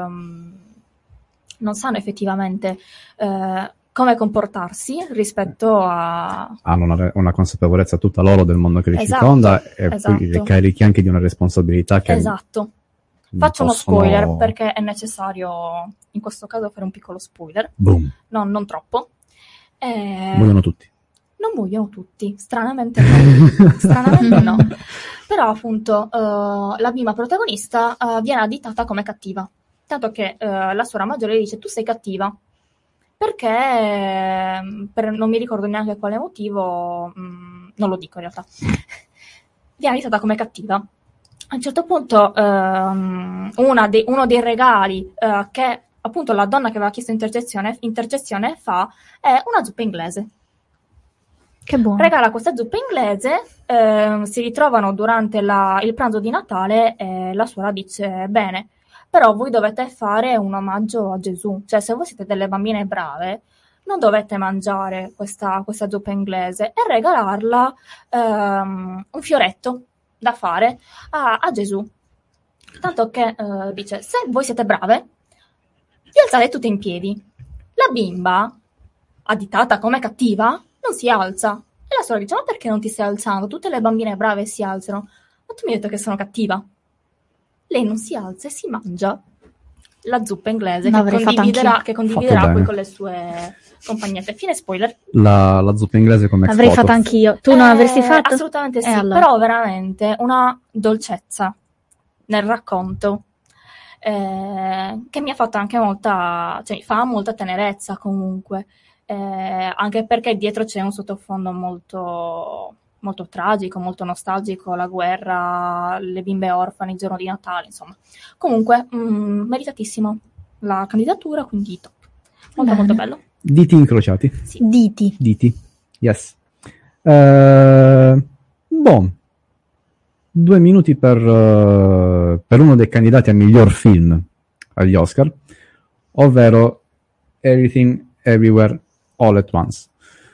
non sanno effettivamente uh, come comportarsi rispetto a... Hanno una, una consapevolezza tutta loro del mondo che li esatto, circonda e esatto. poi carichi anche di una responsabilità che... Esatto. Faccio possono... uno spoiler perché è necessario in questo caso fare un piccolo spoiler. Boom. No, non troppo. E... Muoiono tutti. Non muoiono tutti, stranamente no. Stranamente no. Però appunto uh, la bimba protagonista uh, viene additata come cattiva, tanto che uh, la suora maggiore dice tu sei cattiva perché per, non mi ricordo neanche quale motivo, mh, non lo dico in realtà, viene additata come cattiva. A un certo punto um, una dei, uno dei regali uh, che appunto la donna che aveva chiesto intercessione, intercessione fa è una zuppa inglese. Che buono. Regala questa zuppa inglese, eh, si ritrovano durante la, il pranzo di Natale e la suora dice bene, però voi dovete fare un omaggio a Gesù, cioè se voi siete delle bambine brave non dovete mangiare questa, questa zuppa inglese e regalarla um, un fioretto da fare a, a Gesù. Tanto che uh, dice, se voi siete brave, vi alzate tutte in piedi. La bimba, additata come cattiva, non si alza. E la sorella dice, ma perché non ti stai alzando? Tutte le bambine brave si alzano. Ma tu mi hai detto che sono cattiva. Lei non si alza e si mangia la zuppa inglese che condividerà, che condividerà poi con le sue compagnette. Fine spoiler. La, la zuppa inglese come avrei fatto anch'io. Tu non eh, avresti fatto? Assolutamente sì, eh, allora. Però veramente una dolcezza nel racconto eh, che mi ha fatto anche molta, cioè fa molta tenerezza comunque, eh, anche perché dietro c'è un sottofondo molto molto tragico, molto nostalgico, la guerra, le bimbe orfane, il giorno di Natale, insomma. Comunque, mh, meritatissimo la candidatura, quindi top. Molto Bene. molto bello. Diti incrociati. Sì. Diti. Diti, yes. Uh, boh. Due minuti per, uh, per uno dei candidati a miglior film agli Oscar, ovvero Everything, Everywhere, All at Once.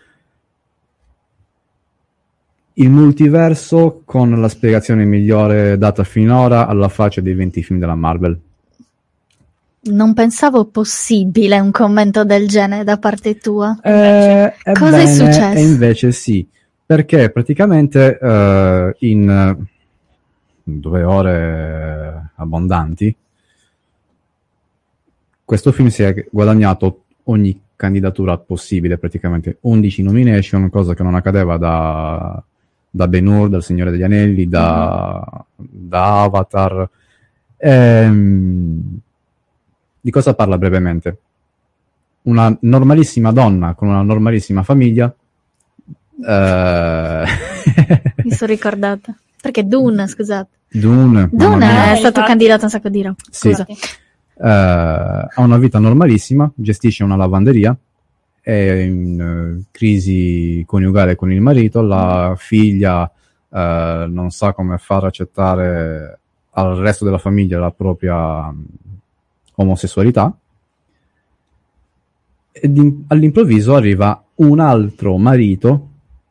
Il multiverso con la spiegazione migliore data finora alla faccia dei venti film della Marvel. Non pensavo possibile un commento del genere da parte tua. Eh, Cosa ebbene, è successo? E invece sì, perché praticamente uh, in due ore abbondanti questo film si è guadagnato ogni candidatura possibile, praticamente undici nomination, cosa che non accadeva da, da Ben-Hur, dal Signore degli Anelli, da, mm-hmm. da Avatar. Ehm, di cosa parla brevemente? Una normalissima donna con una normalissima famiglia. Eh... Mi sono ricordata. Perché Dune, scusate. Dune. Dune è stato candidato un sacco di roba. Sì. Scusa. Uh, ha una vita normalissima, gestisce una lavanderia, è in uh, crisi coniugale con il marito, la figlia uh, non sa come far accettare al resto della famiglia la propria um, omosessualità, e di, all'improvviso arriva un altro marito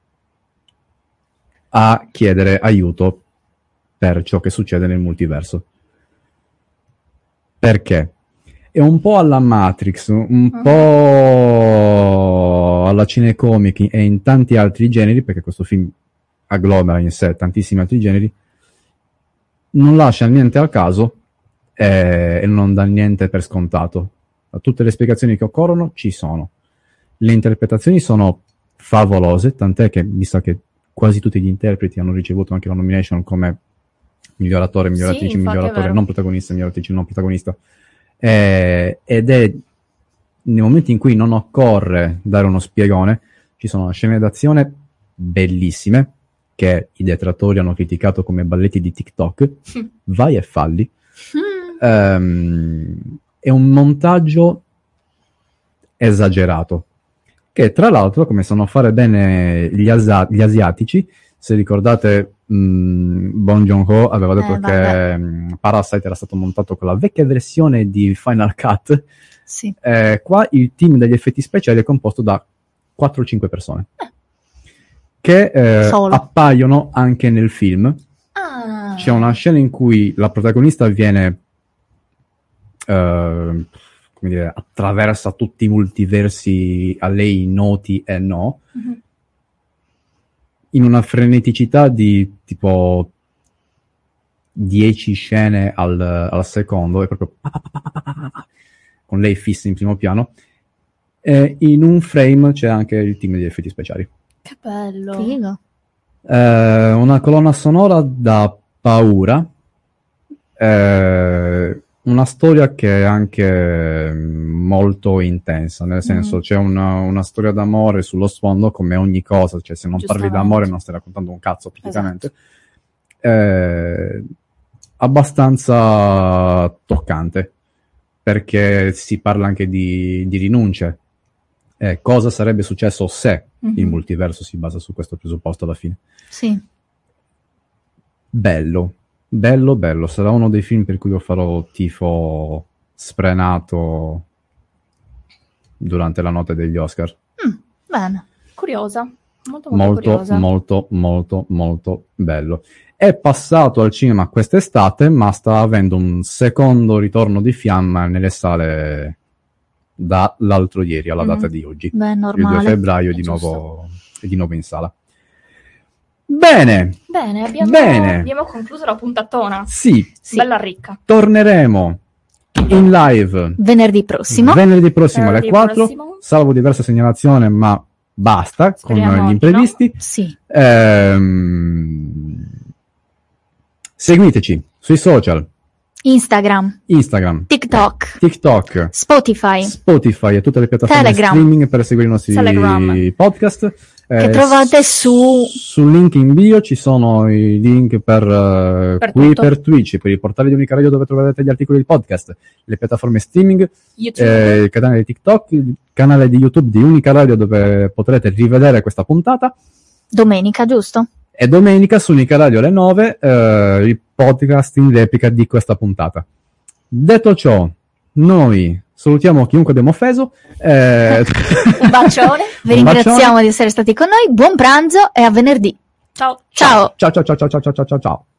a chiedere aiuto per ciò che succede nel multiverso. Perché? È un po' alla Matrix, un uh-huh. po' alla cinecomic e in tanti altri generi, perché questo film agglomera in sé tantissimi altri generi, non lascia niente al caso eh, e non dà niente per scontato. Tutte le spiegazioni che occorrono ci sono. Le interpretazioni sono favolose, tant'è che mi sa che quasi tutti gli interpreti hanno ricevuto anche la nomination come miglior attore, miglior sì, attrice, miglior attore vero. non protagonista, miglior attrice non protagonista. Eh, ed è nei momenti in cui non occorre dare uno spiegone, ci sono scene d'azione bellissime che i detrattori hanno criticato come balletti di TikTok. Vai e falli. Um, è un montaggio esagerato, che tra l'altro, come sanno fare bene gli, asa- gli asiatici, se ricordate, mh, Bong Joon-ho aveva detto eh, che mh, Parasite era stato montato con la vecchia versione di Final Cut. Sì. Eh, qua il team degli effetti speciali è composto da quattro o cinque persone eh. che eh, appaiono anche nel film. Ah. C'è una scena in cui la protagonista viene Uh, come dire, attraversa tutti i multiversi a lei noti e no, mm-hmm. in una freneticità di tipo dieci scene al, al secondo, è proprio con lei fissa in primo piano, e in un frame c'è anche il team di effetti speciali. Che bello! Figo. Uh, una colonna sonora da paura, uh, una storia che è anche molto intensa, nel senso mm. c'è una, una storia d'amore sullo sfondo come ogni cosa, cioè se non parli d'amore non stai raccontando un cazzo praticamente. Esatto. Eh, abbastanza toccante, perché si parla anche di, di rinunce. Eh, cosa sarebbe successo se mm-hmm. il multiverso si basa su questo presupposto alla fine. Sì. Bello. bello bello, sarà uno dei film per cui io farò tifo sfrenato durante la notte degli Oscar. Mm, bene. Curiosa. Molto molto, Molto curiosa. molto molto molto bello. È passato al cinema quest'estate, ma sta avendo un secondo ritorno di fiamma nelle sale dall'altro ieri alla data Mm. di oggi. Beh, Il normale. due febbraio È di giusto. nuovo, è di nuovo in sala. Bene, Bene, abbiamo, Bene. abbiamo concluso la puntatona. sì, Bella ricca. torneremo in live Venerdì prossimo. venerdì prossimo Venerdì alle quattro, prossimo. salvo diverse segnalazioni, ma basta Speriamo con di gli imprevisti. Sì. Ehm, seguiteci sui social, Instagram, Instagram, TikTok, TikTok, Spotify, Spotify e tutte le piattaforme Telegram. streaming per seguire i nostri Telegram. podcast. che Eh, trovate su... Sul link in bio ci sono i link per, eh, Per qui tutto. per Twitch, per il portale di Unica Radio dove troverete gli articoli del podcast, le piattaforme streaming, YouTube. eh, il canale di TikTok, il canale di YouTube di Unica Radio dove potrete rivedere questa puntata, Domenica, giusto? e domenica su Unica Radio alle nove eh, il podcast in replica di questa puntata. Detto ciò, noi salutiamo chiunque abbiamo offeso. eh, Un bacione. Vi Un ringraziamo bacione. di essere stati con noi. Buon pranzo e a venerdì. Ciao. Ciao. ciao ciao ciao ciao ciao ciao ciao ciao.